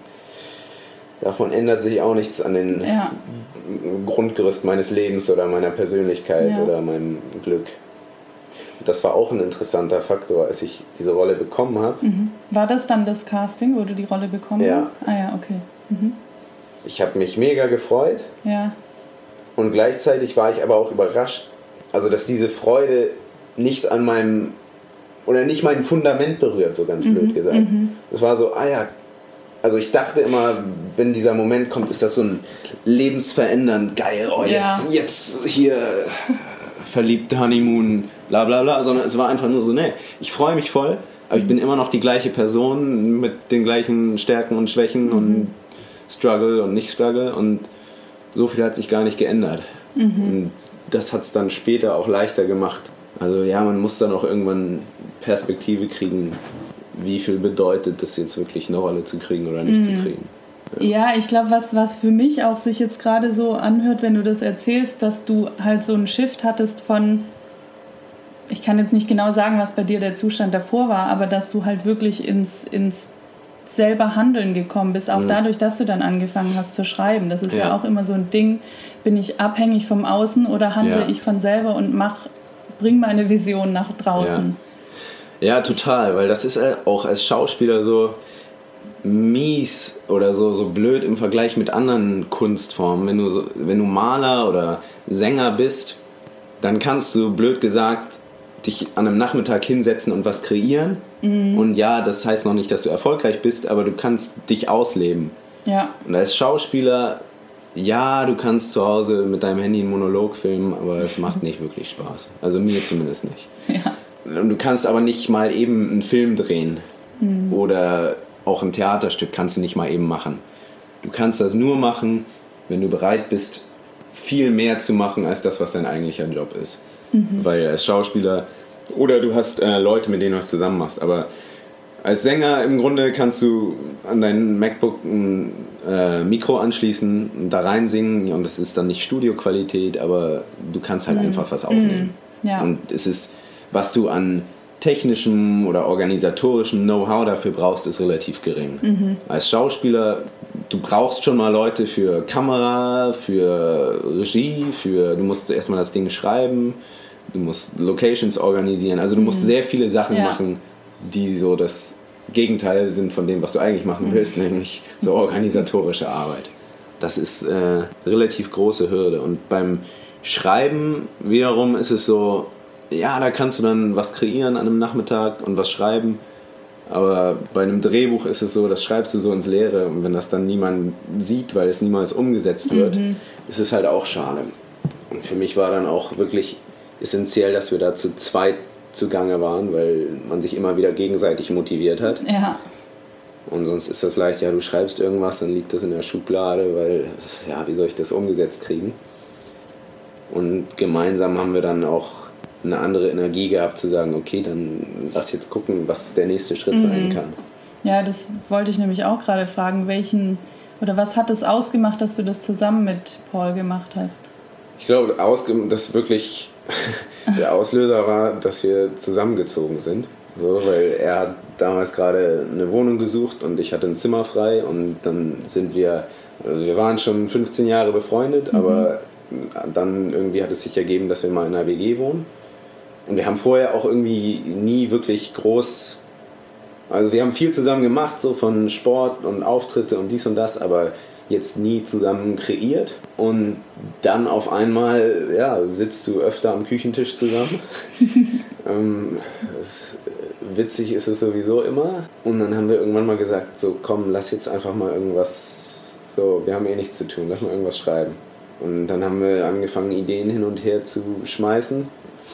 davon ändert sich auch nichts an den Grundgerüst meines Lebens oder meiner Persönlichkeit oder meinem Glück. Das war auch ein interessanter Faktor, als ich diese Rolle bekommen habe. War das dann das Casting, wo du die Rolle bekommen hast? Ah ja, okay. Ich habe mich mega gefreut. Ja. Und gleichzeitig war ich aber auch überrascht, also dass diese Freude nichts an meinem, oder nicht mein Fundament berührt, so ganz blöd gesagt. Es war so, also ich dachte immer, wenn dieser Moment kommt, ist das so ein lebensverändernd, geil, jetzt hier verliebt, Honeymoon, bla bla bla, sondern es war einfach nur so, nee, ich freue mich voll, aber ich bin immer noch die gleiche Person mit den gleichen Stärken und Schwächen und Struggle und Nicht-Struggle und so viel hat sich gar nicht geändert. Und das hat es dann später auch leichter gemacht. Also ja, man muss dann auch irgendwann Perspektive kriegen, wie viel bedeutet das jetzt wirklich eine Rolle zu kriegen oder nicht zu kriegen. Ja, ich glaube, was für mich auch sich jetzt gerade so anhört, wenn du das erzählst, dass du halt so einen Shift hattest von, ich kann jetzt nicht genau sagen, was bei dir der Zustand davor war, aber dass du halt wirklich ins selber Handeln gekommen bist, auch dadurch, dass du dann angefangen hast zu schreiben. Das ist ja auch immer so ein Ding, bin ich abhängig vom Außen oder handle ich von selber und bring meine Vision nach draußen. Ja, total, weil das ist auch als Schauspieler so mies oder so blöd im Vergleich mit anderen Kunstformen. Wenn du Maler oder Sänger bist, dann kannst du, blöd gesagt, dich an einem Nachmittag hinsetzen und was kreieren. Und ja, das heißt noch nicht, dass du erfolgreich bist, aber du kannst dich ausleben. Ja. Und als Schauspieler, ja, du kannst zu Hause mit deinem Handy einen Monolog filmen, aber es macht nicht wirklich Spaß. Also mir zumindest nicht. Ja. Und du kannst aber nicht mal eben einen Film drehen. Oder auch ein Theaterstück kannst du nicht mal eben machen. Du kannst das nur machen, wenn du bereit bist, viel mehr zu machen als das, was dein eigentlicher Job ist. Weil als Schauspieler, oder du hast Leute, mit denen du was zusammen machst, aber als Sänger im Grunde kannst du an dein MacBook ein Mikro anschließen und da rein singen und das ist dann nicht Studioqualität, aber du kannst halt einfach was aufnehmen. Ja. Und es ist, was du an technischem oder organisatorischem Know-how dafür brauchst, ist relativ gering. Als Schauspieler, du brauchst schon mal Leute für Kamera, für Regie, du musst erstmal das Ding schreiben, du musst Locations organisieren, also du musst sehr viele Sachen machen, die so das Gegenteil sind von dem, was du eigentlich machen willst, nämlich so organisatorische Arbeit. Das ist eine relativ große Hürde. Und beim Schreiben wiederum ist es so, ja, da kannst du dann was kreieren an einem Nachmittag und was schreiben. Aber bei einem Drehbuch ist es so, das schreibst du so ins Leere. Und wenn das dann niemand sieht, weil es niemals umgesetzt wird, ist es halt auch schade. Und für mich war dann auch wirklich essentiell, dass wir da zu zweit zugange waren, weil man sich immer wieder gegenseitig motiviert hat. Ja. Und sonst ist das leicht, ja, du schreibst irgendwas, dann liegt das in der Schublade, weil, ja, wie soll ich das umgesetzt kriegen? Und gemeinsam haben wir dann auch eine andere Energie gehabt, zu sagen, okay, dann lass jetzt gucken, was der nächste Schritt sein kann. Ja, das wollte ich nämlich auch gerade fragen, was hat es ausgemacht, dass du das zusammen mit Paul gemacht hast? Ich glaube, dass wirklich der Auslöser war, dass wir zusammengezogen sind. So, weil er hat damals gerade eine Wohnung gesucht und ich hatte ein Zimmer frei und dann wir waren schon 15 Jahre befreundet, aber dann irgendwie hat es sich ergeben, dass wir mal in einer WG wohnen. Und wir haben vorher auch irgendwie nie wirklich groß Also wir haben viel zusammen gemacht, so von Sport und Auftritte und dies und das, aber jetzt nie zusammen kreiert. Und dann auf einmal, ja, sitzt du öfter am Küchentisch zusammen. Witzig ist es sowieso immer. Und dann haben wir irgendwann mal gesagt, so komm, lass jetzt einfach mal irgendwas, so, wir haben eh nichts zu tun, lass mal irgendwas schreiben. Und dann haben wir angefangen, Ideen hin und her zu schmeißen,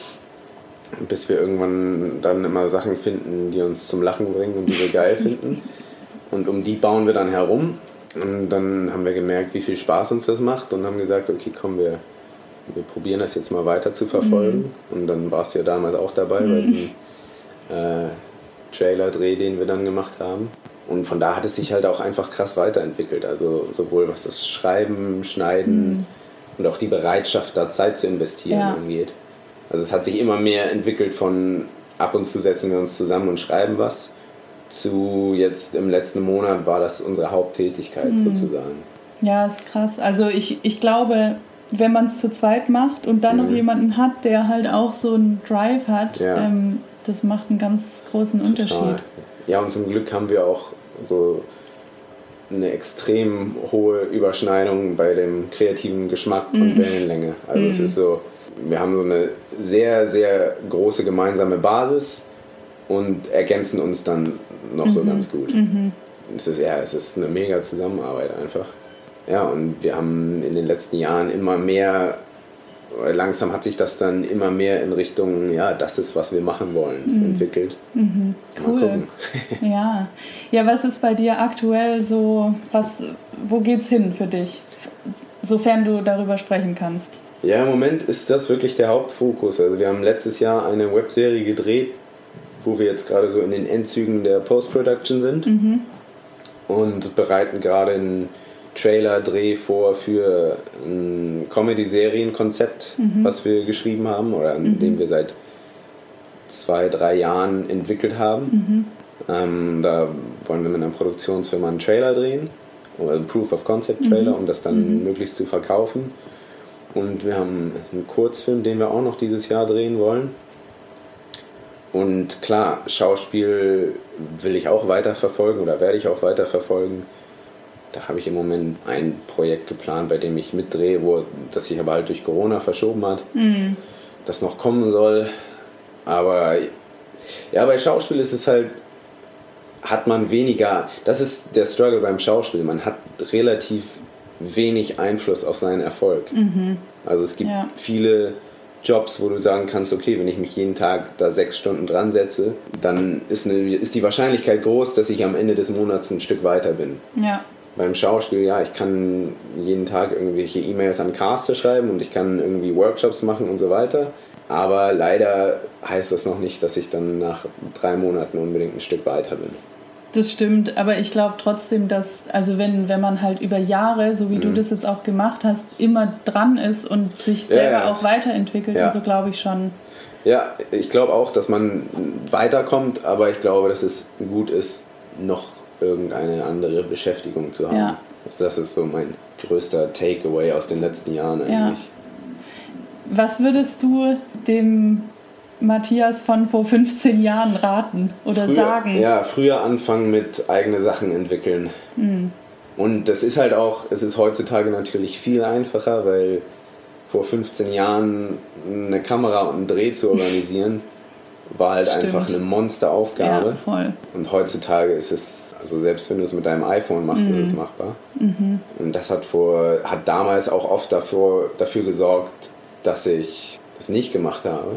bis wir irgendwann dann immer Sachen finden, die uns zum Lachen bringen und die wir geil finden. Und um die bauen wir dann herum. Und dann haben wir gemerkt, wie viel Spaß uns das macht und haben gesagt, okay, komm, wir probieren das jetzt mal weiter zu verfolgen. Und dann warst du ja damals auch dabei bei diesem Trailer-Dreh, den wir dann gemacht haben. Und von da hat es sich halt auch einfach krass weiterentwickelt. Also sowohl was das Schreiben, Schneiden und auch die Bereitschaft, da Zeit zu investieren angeht. Also es hat sich immer mehr entwickelt von ab und zu setzen wir uns zusammen und schreiben was, zu jetzt im letzten Monat war das unsere Haupttätigkeit sozusagen. Ja, ist krass. Also ich glaube, wenn man es zu zweit macht und dann noch jemanden hat, der halt auch so einen Drive hat, das macht einen ganz großen Unterschied. Ja, und zum Glück haben wir auch so eine extrem hohe Überschneidung bei dem kreativen Geschmack und Wellenlänge. Also es ist so, wir haben so eine sehr, sehr große gemeinsame Basis und ergänzen uns dann noch so ganz gut. Es ist eine mega Zusammenarbeit einfach. Ja, und wir haben in den letzten Jahren immer mehr, langsam hat sich das dann immer mehr in Richtung, ja, das ist, was wir machen wollen, entwickelt. Cool. Ja, was ist bei dir aktuell so, wo geht's hin für dich, sofern du darüber sprechen kannst? Ja, im Moment ist das wirklich der Hauptfokus. Also wir haben letztes Jahr eine Webserie gedreht, wo wir jetzt gerade so in den Endzügen der Post-Production sind und bereiten gerade einen Trailer-Dreh vor für ein Comedy-Serienkonzept, was wir geschrieben haben oder an dem wir seit 2-3 Jahren entwickelt haben. Da wollen wir mit einer Produktionsfirma einen Trailer drehen, oder einen Proof-of-Concept-Trailer, um das dann möglichst zu verkaufen. Und wir haben einen Kurzfilm, den wir auch noch dieses Jahr drehen wollen. Und klar, Schauspiel will ich auch weiterverfolgen oder werde ich auch weiterverfolgen. Da habe ich im Moment ein Projekt geplant, bei dem ich mitdrehe, das sich aber halt durch Corona verschoben hat, das noch kommen soll. Aber ja, bei Schauspiel ist es halt, hat man weniger, das ist der Struggle beim Schauspiel, man hat relativ wenig Einfluss auf seinen Erfolg. Also es gibt viele Jobs, wo du sagen kannst, okay, wenn ich mich jeden Tag da 6 Stunden dran setze, dann ist die Wahrscheinlichkeit groß, dass ich am Ende des Monats ein Stück weiter bin. Ja. Beim Schauspiel, ja, ich kann jeden Tag irgendwelche E-Mails an Caster schreiben und ich kann irgendwie Workshops machen und so weiter. Aber leider heißt das noch nicht, dass ich dann nach 3 Monaten unbedingt ein Stück weiter bin. Das stimmt, aber ich glaube trotzdem, dass, also wenn man halt über Jahre, so wie du das jetzt auch gemacht hast, immer dran ist und sich selber auch weiterentwickelt und so, glaube ich schon. Ja, ich glaube auch, dass man weiterkommt, aber ich glaube, dass es gut ist, noch irgendeine andere Beschäftigung zu haben. Ja. Also das ist so mein größter Takeaway aus den letzten Jahren eigentlich. Ja. Was würdest du dem Matthias von vor 15 Jahren raten oder sagen? Ja, früher anfangen mit eigene Sachen entwickeln. Und das ist halt auch, es ist heutzutage natürlich viel einfacher, weil vor 15 Jahren eine Kamera und einen Dreh zu organisieren, war halt einfach eine Monsteraufgabe. Ja, voll. Und heutzutage ist es, also selbst wenn du es mit deinem iPhone machst, ist es machbar. Und das hat damals auch oft dafür gesorgt, dass ich das nicht gemacht habe.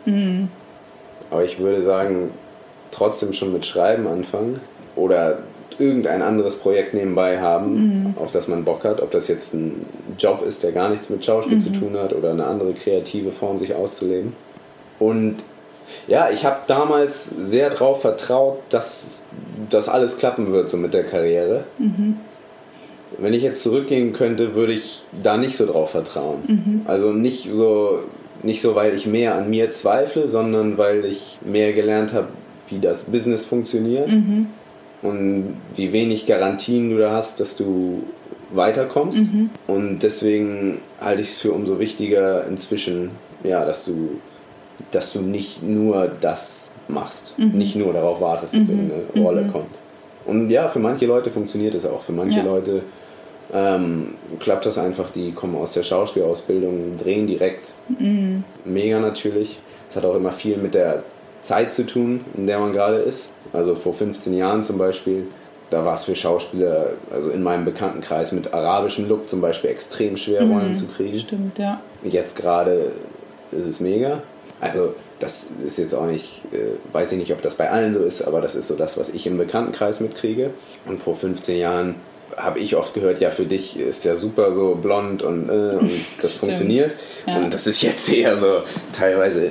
Aber ich würde sagen, trotzdem schon mit Schreiben anfangen oder irgendein anderes Projekt nebenbei haben, auf das man Bock hat. Ob das jetzt ein Job ist, der gar nichts mit Schauspiel zu tun hat oder eine andere kreative Form, sich auszuleben. Und ja, ich habe damals sehr darauf vertraut, dass das alles klappen wird so mit der Karriere. Wenn ich jetzt zurückgehen könnte, würde ich da nicht so drauf vertrauen. Also nicht so, weil ich mehr an mir zweifle, sondern weil ich mehr gelernt habe, wie das Business funktioniert und wie wenig Garantien du da hast, dass du weiterkommst. Und deswegen halte ich es für umso wichtiger inzwischen, ja, dass du nicht nur das machst. Nicht nur darauf wartest, dass irgendeine Rolle kommt. Und ja, für manche Leute funktioniert es auch. Für manche Leute klappt das einfach, die kommen aus der Schauspielausbildung, drehen direkt. Mega natürlich. Es hat auch immer viel mit der Zeit zu tun, in der man gerade ist. Also vor 15 Jahren zum Beispiel, da war es für Schauspieler, also in meinem Bekanntenkreis mit arabischem Look zum Beispiel, extrem schwer, Rollen zu kriegen. Stimmt, ja. Jetzt gerade ist es mega. Also das ist jetzt auch nicht, weiß ich nicht, ob das bei allen so ist, aber das ist so das, was ich im Bekanntenkreis mitkriege. Und vor 15 Jahren habe ich oft gehört, ja, für dich ist ja super so blond und das funktioniert. Ja. Und das ist jetzt eher so, teilweise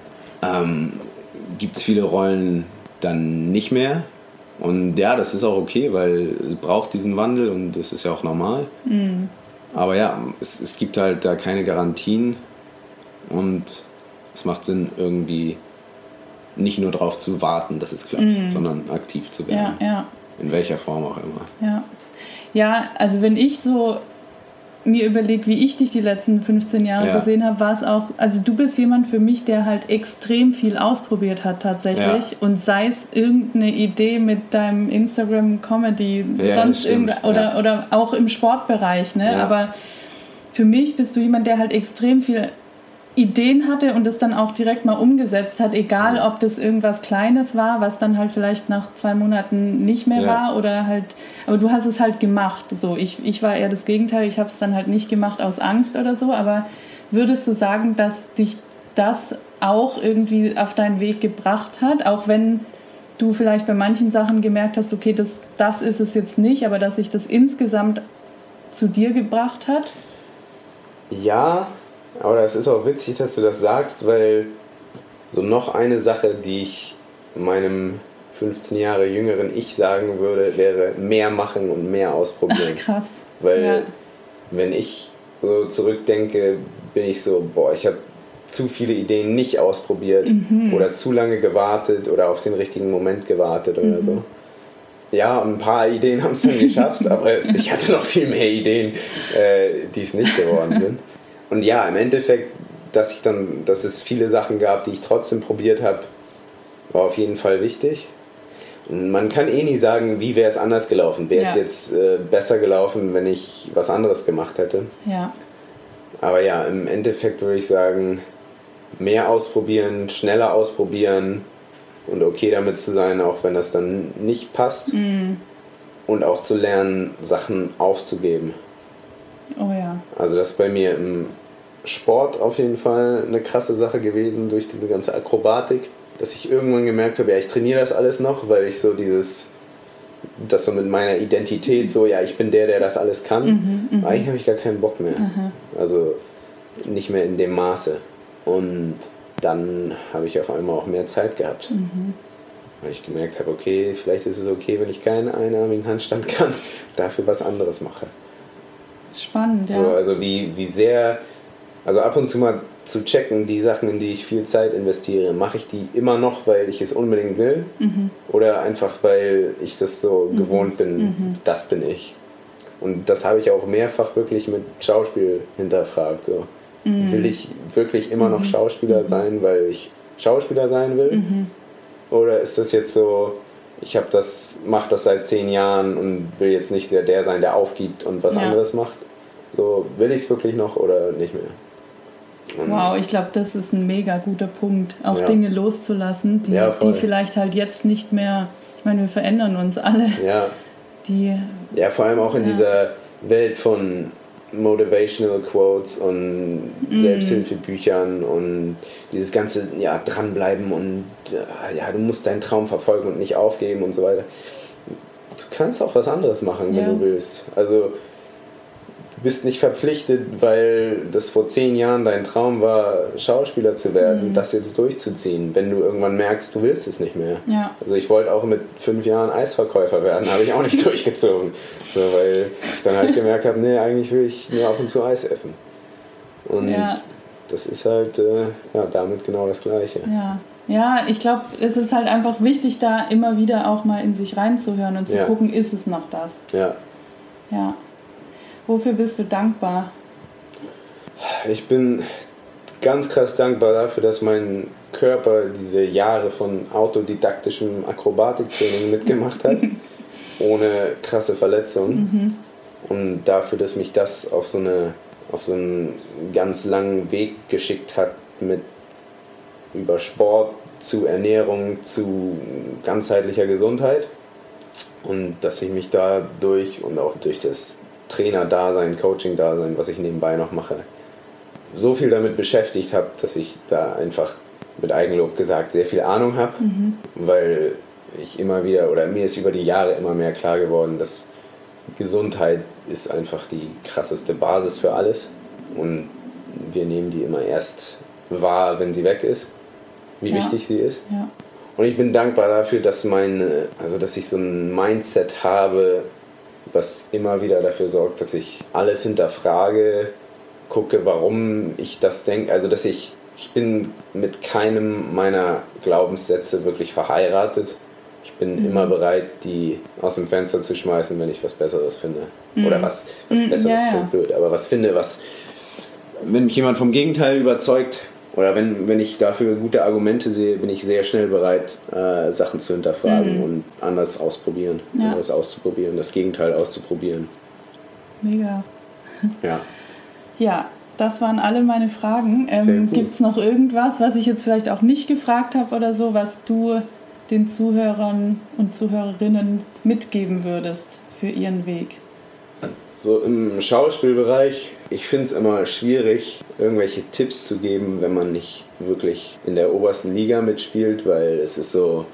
gibt es viele Rollen dann nicht mehr. Und ja, das ist auch okay, weil es braucht diesen Wandel und das ist ja auch normal. Aber ja, es gibt halt da keine Garantien und es macht Sinn, irgendwie nicht nur darauf zu warten, dass es klappt, sondern aktiv zu werden. Ja. In welcher Form auch immer. Ja, also wenn ich so mir überlege, wie ich dich die letzten 15 Jahre gesehen habe, war es auch, also du bist jemand für mich, der halt extrem viel ausprobiert hat tatsächlich und sei es irgendeine Idee mit deinem Instagram-Comedy, sonst oder auch im Sportbereich, ne? Ja. Aber für mich bist du jemand, der halt extrem viel Ideen hatte und das dann auch direkt mal umgesetzt hat, egal ob das irgendwas Kleines war, was dann halt vielleicht nach 2 Monaten nicht mehr war oder halt, aber du hast es halt gemacht. So, ich war eher das Gegenteil, ich habe es dann halt nicht gemacht aus Angst oder so, aber würdest du sagen, dass dich das auch irgendwie auf deinen Weg gebracht hat, auch wenn du vielleicht bei manchen Sachen gemerkt hast, okay, das ist es jetzt nicht, aber dass sich das insgesamt zu dir gebracht hat? Ja, aber es ist auch witzig, dass du das sagst, weil so noch eine Sache, die ich meinem 15 Jahre jüngeren Ich sagen würde, wäre mehr machen und mehr ausprobieren. Ach, krass. Weil wenn ich so zurückdenke, bin ich so, ich habe zu viele Ideen nicht ausprobiert oder zu lange gewartet oder auf den richtigen Moment gewartet oder so. Ja, ein paar Ideen haben es dann geschafft, aber ich hatte noch viel mehr Ideen, die es nicht geworden sind. Und ja, im Endeffekt, dass es viele Sachen gab, die ich trotzdem probiert habe, war auf jeden Fall wichtig. Und man kann nie sagen, wie wäre es anders gelaufen. Wäre es jetzt besser gelaufen, wenn ich was anderes gemacht hätte. Ja. Aber ja, im Endeffekt würde ich sagen, mehr ausprobieren, schneller ausprobieren und okay damit zu sein, auch wenn das dann nicht passt. Und auch zu lernen, Sachen aufzugeben. Oh ja. Also das ist bei mir im Sport auf jeden Fall eine krasse Sache gewesen durch diese ganze Akrobatik, dass ich irgendwann gemerkt habe, ich trainiere das alles noch, weil ich so das so mit meiner Identität so, ich bin der das alles kann. Eigentlich habe ich gar keinen Bock mehr. Also nicht mehr in dem Maße. Und dann habe ich auf einmal auch mehr Zeit gehabt. Weil ich gemerkt habe, okay, vielleicht ist es okay, wenn ich keinen einarmigen Handstand kann, dafür was anderes mache. Spannend, ja. So, also wie sehr, also ab und zu mal zu checken, die Sachen, in die ich viel Zeit investiere, mache ich die immer noch, weil ich es unbedingt will oder einfach, weil ich das so gewohnt bin, das bin ich. Und das habe ich auch mehrfach wirklich mit Schauspiel hinterfragt. So. Will ich wirklich immer noch Schauspieler sein, weil ich Schauspieler sein will? Oder ist das jetzt so, ich mache das seit 10 Jahren und will jetzt nicht sehr der sein, der aufgibt und was anderes macht? So, will ich es wirklich noch oder nicht mehr? Und wow, ich glaube, das ist ein mega guter Punkt, auch Dinge loszulassen, die vielleicht halt jetzt nicht mehr, ich meine, wir verändern uns alle. Ja, vor allem auch in dieser Welt von Motivational Quotes und Selbsthilfebüchern und dieses ganze dranbleiben und du musst deinen Traum verfolgen und nicht aufgeben und so weiter. Du kannst auch was anderes machen, wenn du willst. Also du bist nicht verpflichtet, weil das vor 10 Jahren dein Traum war, Schauspieler zu werden, das jetzt durchzuziehen, wenn du irgendwann merkst, du willst es nicht mehr. Also ich wollte auch mit 5 Jahren Eisverkäufer werden, habe ich auch nicht durchgezogen, so, weil ich dann halt gemerkt habe, nee, eigentlich will ich nur ab und zu Eis essen. Und das ist halt damit genau das Gleiche. Ja, ich glaube, es ist halt einfach wichtig, da immer wieder auch mal in sich reinzuhören und zu gucken, ist es noch das? Ja. Wofür bist du dankbar? Ich bin ganz krass dankbar dafür, dass mein Körper diese Jahre von autodidaktischem Akrobatiktraining mitgemacht hat, ohne krasse Verletzungen. Und dafür, dass mich das auf so einen ganz langen Weg geschickt hat, über Sport zu Ernährung zu ganzheitlicher Gesundheit. Und dass ich mich dadurch und auch durch das Trainer-Dasein, Coaching-Dasein, was ich nebenbei noch mache, so viel damit beschäftigt habe, dass ich da einfach mit Eigenlob gesagt sehr viel Ahnung habe, weil ich immer wieder, oder mir ist über die Jahre immer mehr klar geworden, dass Gesundheit ist einfach die krasseste Basis für alles und wir nehmen die immer erst wahr, wenn sie weg ist, wie wichtig sie ist. Ja. Und ich bin dankbar dafür, dass dass ich so ein Mindset habe, was immer wieder dafür sorgt, dass ich alles hinterfrage, gucke, warum ich das denke. Also dass ich bin mit keinem meiner Glaubenssätze wirklich verheiratet. Ich bin immer bereit, die aus dem Fenster zu schmeißen, wenn ich was Besseres finde. Oder was Besseres klingt blöd, aber was finde, wenn mich jemand vom Gegenteil überzeugt oder wenn ich dafür gute Argumente sehe, bin ich sehr schnell bereit, Sachen zu hinterfragen und anderes auszuprobieren, das Gegenteil auszuprobieren. Mega. Ja. Ja, das waren alle meine Fragen. Gibt es noch irgendwas, was ich jetzt vielleicht auch nicht gefragt habe oder so, was du den Zuhörern und Zuhörerinnen mitgeben würdest für ihren Weg? So im Schauspielbereich, ich finde es immer schwierig, irgendwelche Tipps zu geben, wenn man nicht wirklich in der obersten Liga mitspielt, weil es ist so,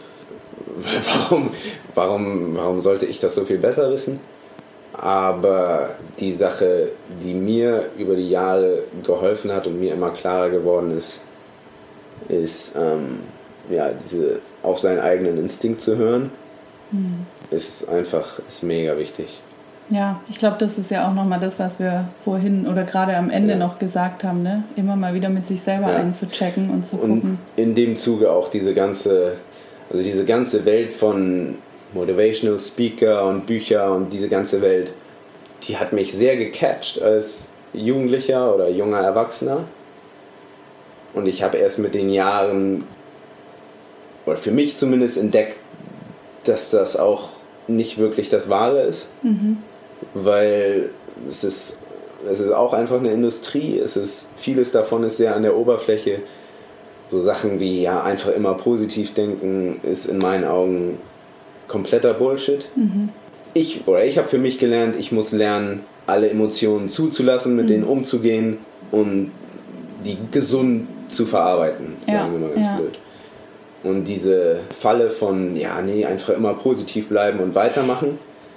warum sollte ich das so viel besser wissen? Aber die Sache, die mir über die Jahre geholfen hat und mir immer klarer geworden ist diese auf seinen eigenen Instinkt zu hören, ist mega wichtig. Ja, ich glaube, das ist ja auch nochmal das, was wir vorhin oder gerade am Ende noch gesagt haben, ne? Immer mal wieder mit sich selber einzuchecken und zu gucken. Und in dem Zuge auch diese ganze Welt von Motivational Speaker und Bücher und diese ganze Welt, die hat mich sehr gecatcht als Jugendlicher oder junger Erwachsener. Und ich habe erst mit den Jahren, oder für mich zumindest, entdeckt, dass das auch nicht wirklich das Wahre ist. Weil es ist auch einfach eine Industrie. Vieles davon ist sehr an der Oberfläche. So Sachen wie einfach immer positiv denken ist in meinen Augen kompletter Bullshit. Ich habe für mich gelernt, ich muss lernen, alle Emotionen zuzulassen, mit denen umzugehen und die gesund zu verarbeiten, sagen wir mal ganz blöd. Und diese Falle von, einfach immer positiv bleiben und weitermachen,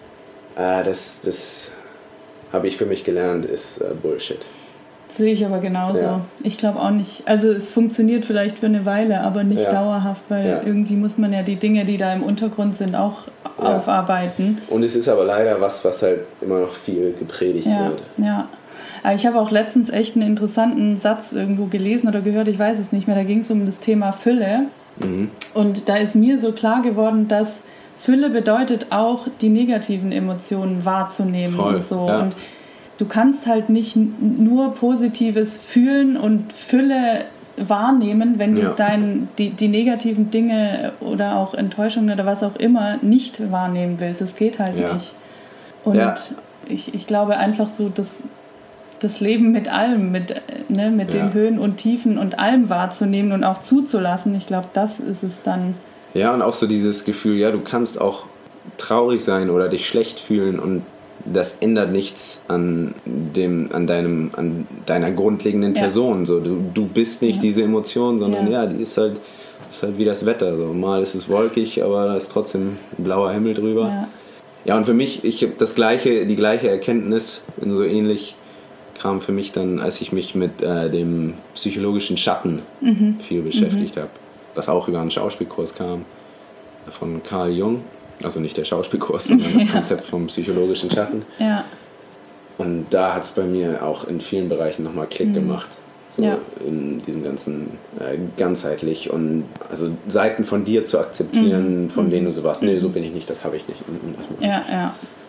das habe ich für mich gelernt, ist Bullshit. Das sehe ich aber genauso. Ja. Ich glaube auch nicht, also es funktioniert vielleicht für eine Weile, aber nicht dauerhaft, weil irgendwie muss man ja die Dinge, die da im Untergrund sind, auch aufarbeiten. Und es ist aber leider was halt immer noch viel gepredigt wird. Ja. Aber ich habe auch letztens echt einen interessanten Satz irgendwo gelesen oder gehört, ich weiß es nicht mehr, da ging es um das Thema Fülle. Und da ist mir so klar geworden, dass Fülle bedeutet auch, die negativen Emotionen wahrzunehmen. Voll, und so. Ja. Und du kannst halt nicht nur Positives fühlen und Fülle wahrnehmen, wenn du die negativen Dinge oder auch Enttäuschungen oder was auch immer nicht wahrnehmen willst. Es geht halt nicht. Und ich glaube einfach so, das Leben mit allem, mit den Höhen und Tiefen und allem wahrzunehmen und auch zuzulassen, ich glaube, das ist es dann. Ja, und auch so dieses Gefühl, du kannst auch traurig sein oder dich schlecht fühlen und das ändert nichts an deiner grundlegenden Person. So, du bist nicht diese Emotion, sondern die ist halt wie das Wetter. So. Mal ist es wolkig, aber da ist trotzdem ein blauer Himmel drüber. Ja, und für mich, ich habe die gleiche Erkenntnis, so ähnlich kam für mich dann, als ich mich mit dem psychologischen Schatten viel beschäftigt habe, was auch über einen Schauspielkurs kam von Carl Jung, also nicht der Schauspielkurs, sondern das Konzept vom psychologischen Schatten. Ja. Und da hat es bei mir auch in vielen Bereichen nochmal Klick gemacht, so in diesem ganzen ganzheitlich und also Seiten von dir zu akzeptieren, von denen du so warst, nee, so bin ich nicht, das habe ich nicht.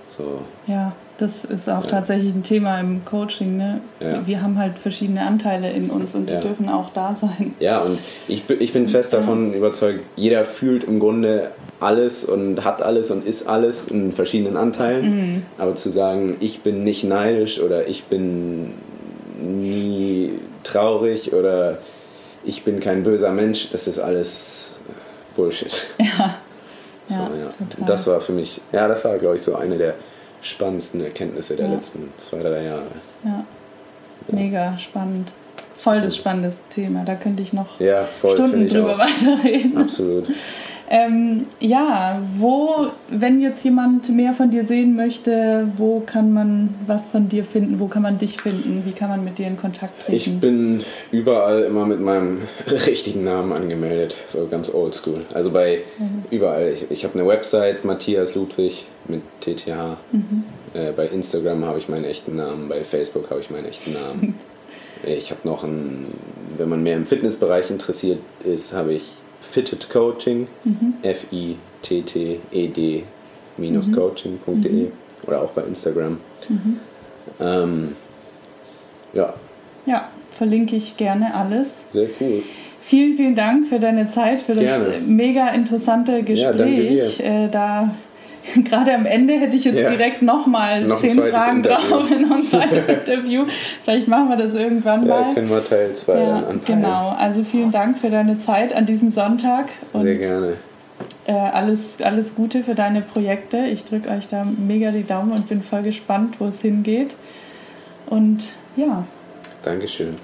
So. Ja, das ist auch tatsächlich ein Thema im Coaching. Ne? Ja. Wir haben halt verschiedene Anteile in uns und die dürfen auch da sein. Ja, und ich bin fest davon überzeugt, jeder fühlt im Grunde alles und hat alles und ist alles in verschiedenen Anteilen. Aber zu sagen, ich bin nicht neidisch oder ich bin nie traurig oder ich bin kein böser Mensch, das ist alles Bullshit. Ja, So, ja, ja. total. Das war für mich, das war, glaube ich, so eine der spannendsten Erkenntnisse der letzten 2-3 Jahre. Ja, mega spannend. Voll das spannende Thema, da könnte ich noch voll, Stunden drüber weiterreden. Absolut. Wenn jetzt jemand mehr von dir sehen möchte, wo kann man was von dir finden? Wo kann man dich finden? Wie kann man mit dir in Kontakt treten? Ich bin überall immer mit meinem richtigen Namen angemeldet, so ganz oldschool. Also überall. Ich habe eine Website, Matthias Ludwig mit TTH. Bei Instagram habe ich meinen echten Namen, bei Facebook habe ich meinen echten Namen. Ich habe noch wenn man mehr im Fitnessbereich interessiert ist, habe ich Fitted Coaching, FITTED-coaching.de oder auch bei Instagram. Ja, verlinke ich gerne alles. sehr cool. Vielen, vielen Dank für deine Zeit, für das mega interessante Gespräch. Gerade am Ende hätte ich jetzt direkt nochmal 10 Fragen drauf in ein zweites Interview. Vielleicht machen wir das irgendwann mal. Ja, können wir Teil 2 dann anpeilen. Genau, also vielen Dank für deine Zeit an diesem Sonntag. Und sehr gerne. Alles Gute für deine Projekte. Ich drücke euch da mega die Daumen und bin voll gespannt, wo es hingeht. Und ja. Dankeschön.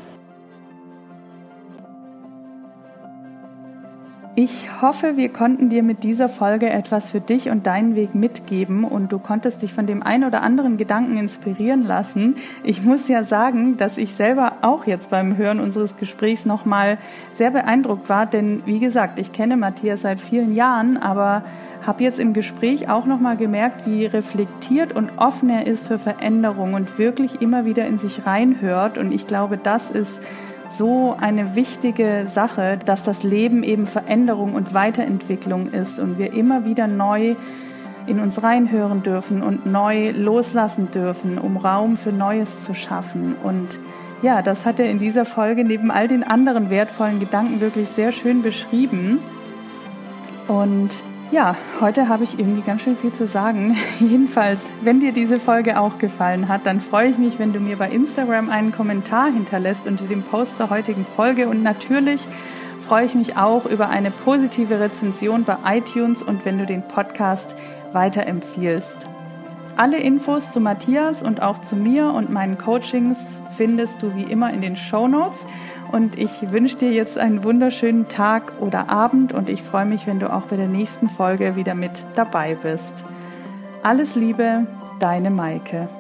Ich hoffe, wir konnten dir mit dieser Folge etwas für dich und deinen Weg mitgeben und du konntest dich von dem einen oder anderen Gedanken inspirieren lassen. Ich muss ja sagen, dass ich selber auch jetzt beim Hören unseres Gesprächs nochmal sehr beeindruckt war, denn wie gesagt, ich kenne Matthias seit vielen Jahren, aber habe jetzt im Gespräch auch nochmal gemerkt, wie reflektiert und offen er ist für Veränderung und wirklich immer wieder in sich reinhört und ich glaube, das ist so eine wichtige Sache, dass das Leben eben Veränderung und Weiterentwicklung ist und wir immer wieder neu in uns reinhören dürfen und neu loslassen dürfen, um Raum für Neues zu schaffen. Und ja, das hat er in dieser Folge neben all den anderen wertvollen Gedanken wirklich sehr schön beschrieben. Und ja, heute habe ich irgendwie ganz schön viel zu sagen. Jedenfalls, wenn dir diese Folge auch gefallen hat, dann freue ich mich, wenn du mir bei Instagram einen Kommentar hinterlässt unter dem Post zur heutigen Folge. Und natürlich freue ich mich auch über eine positive Rezension bei iTunes und wenn du den Podcast weiterempfiehlst. Alle Infos zu Matthias und auch zu mir und meinen Coachings findest du wie immer in den Shownotes. Und ich wünsche dir jetzt einen wunderschönen Tag oder Abend und ich freue mich, wenn du auch bei der nächsten Folge wieder mit dabei bist. Alles Liebe, deine Maike.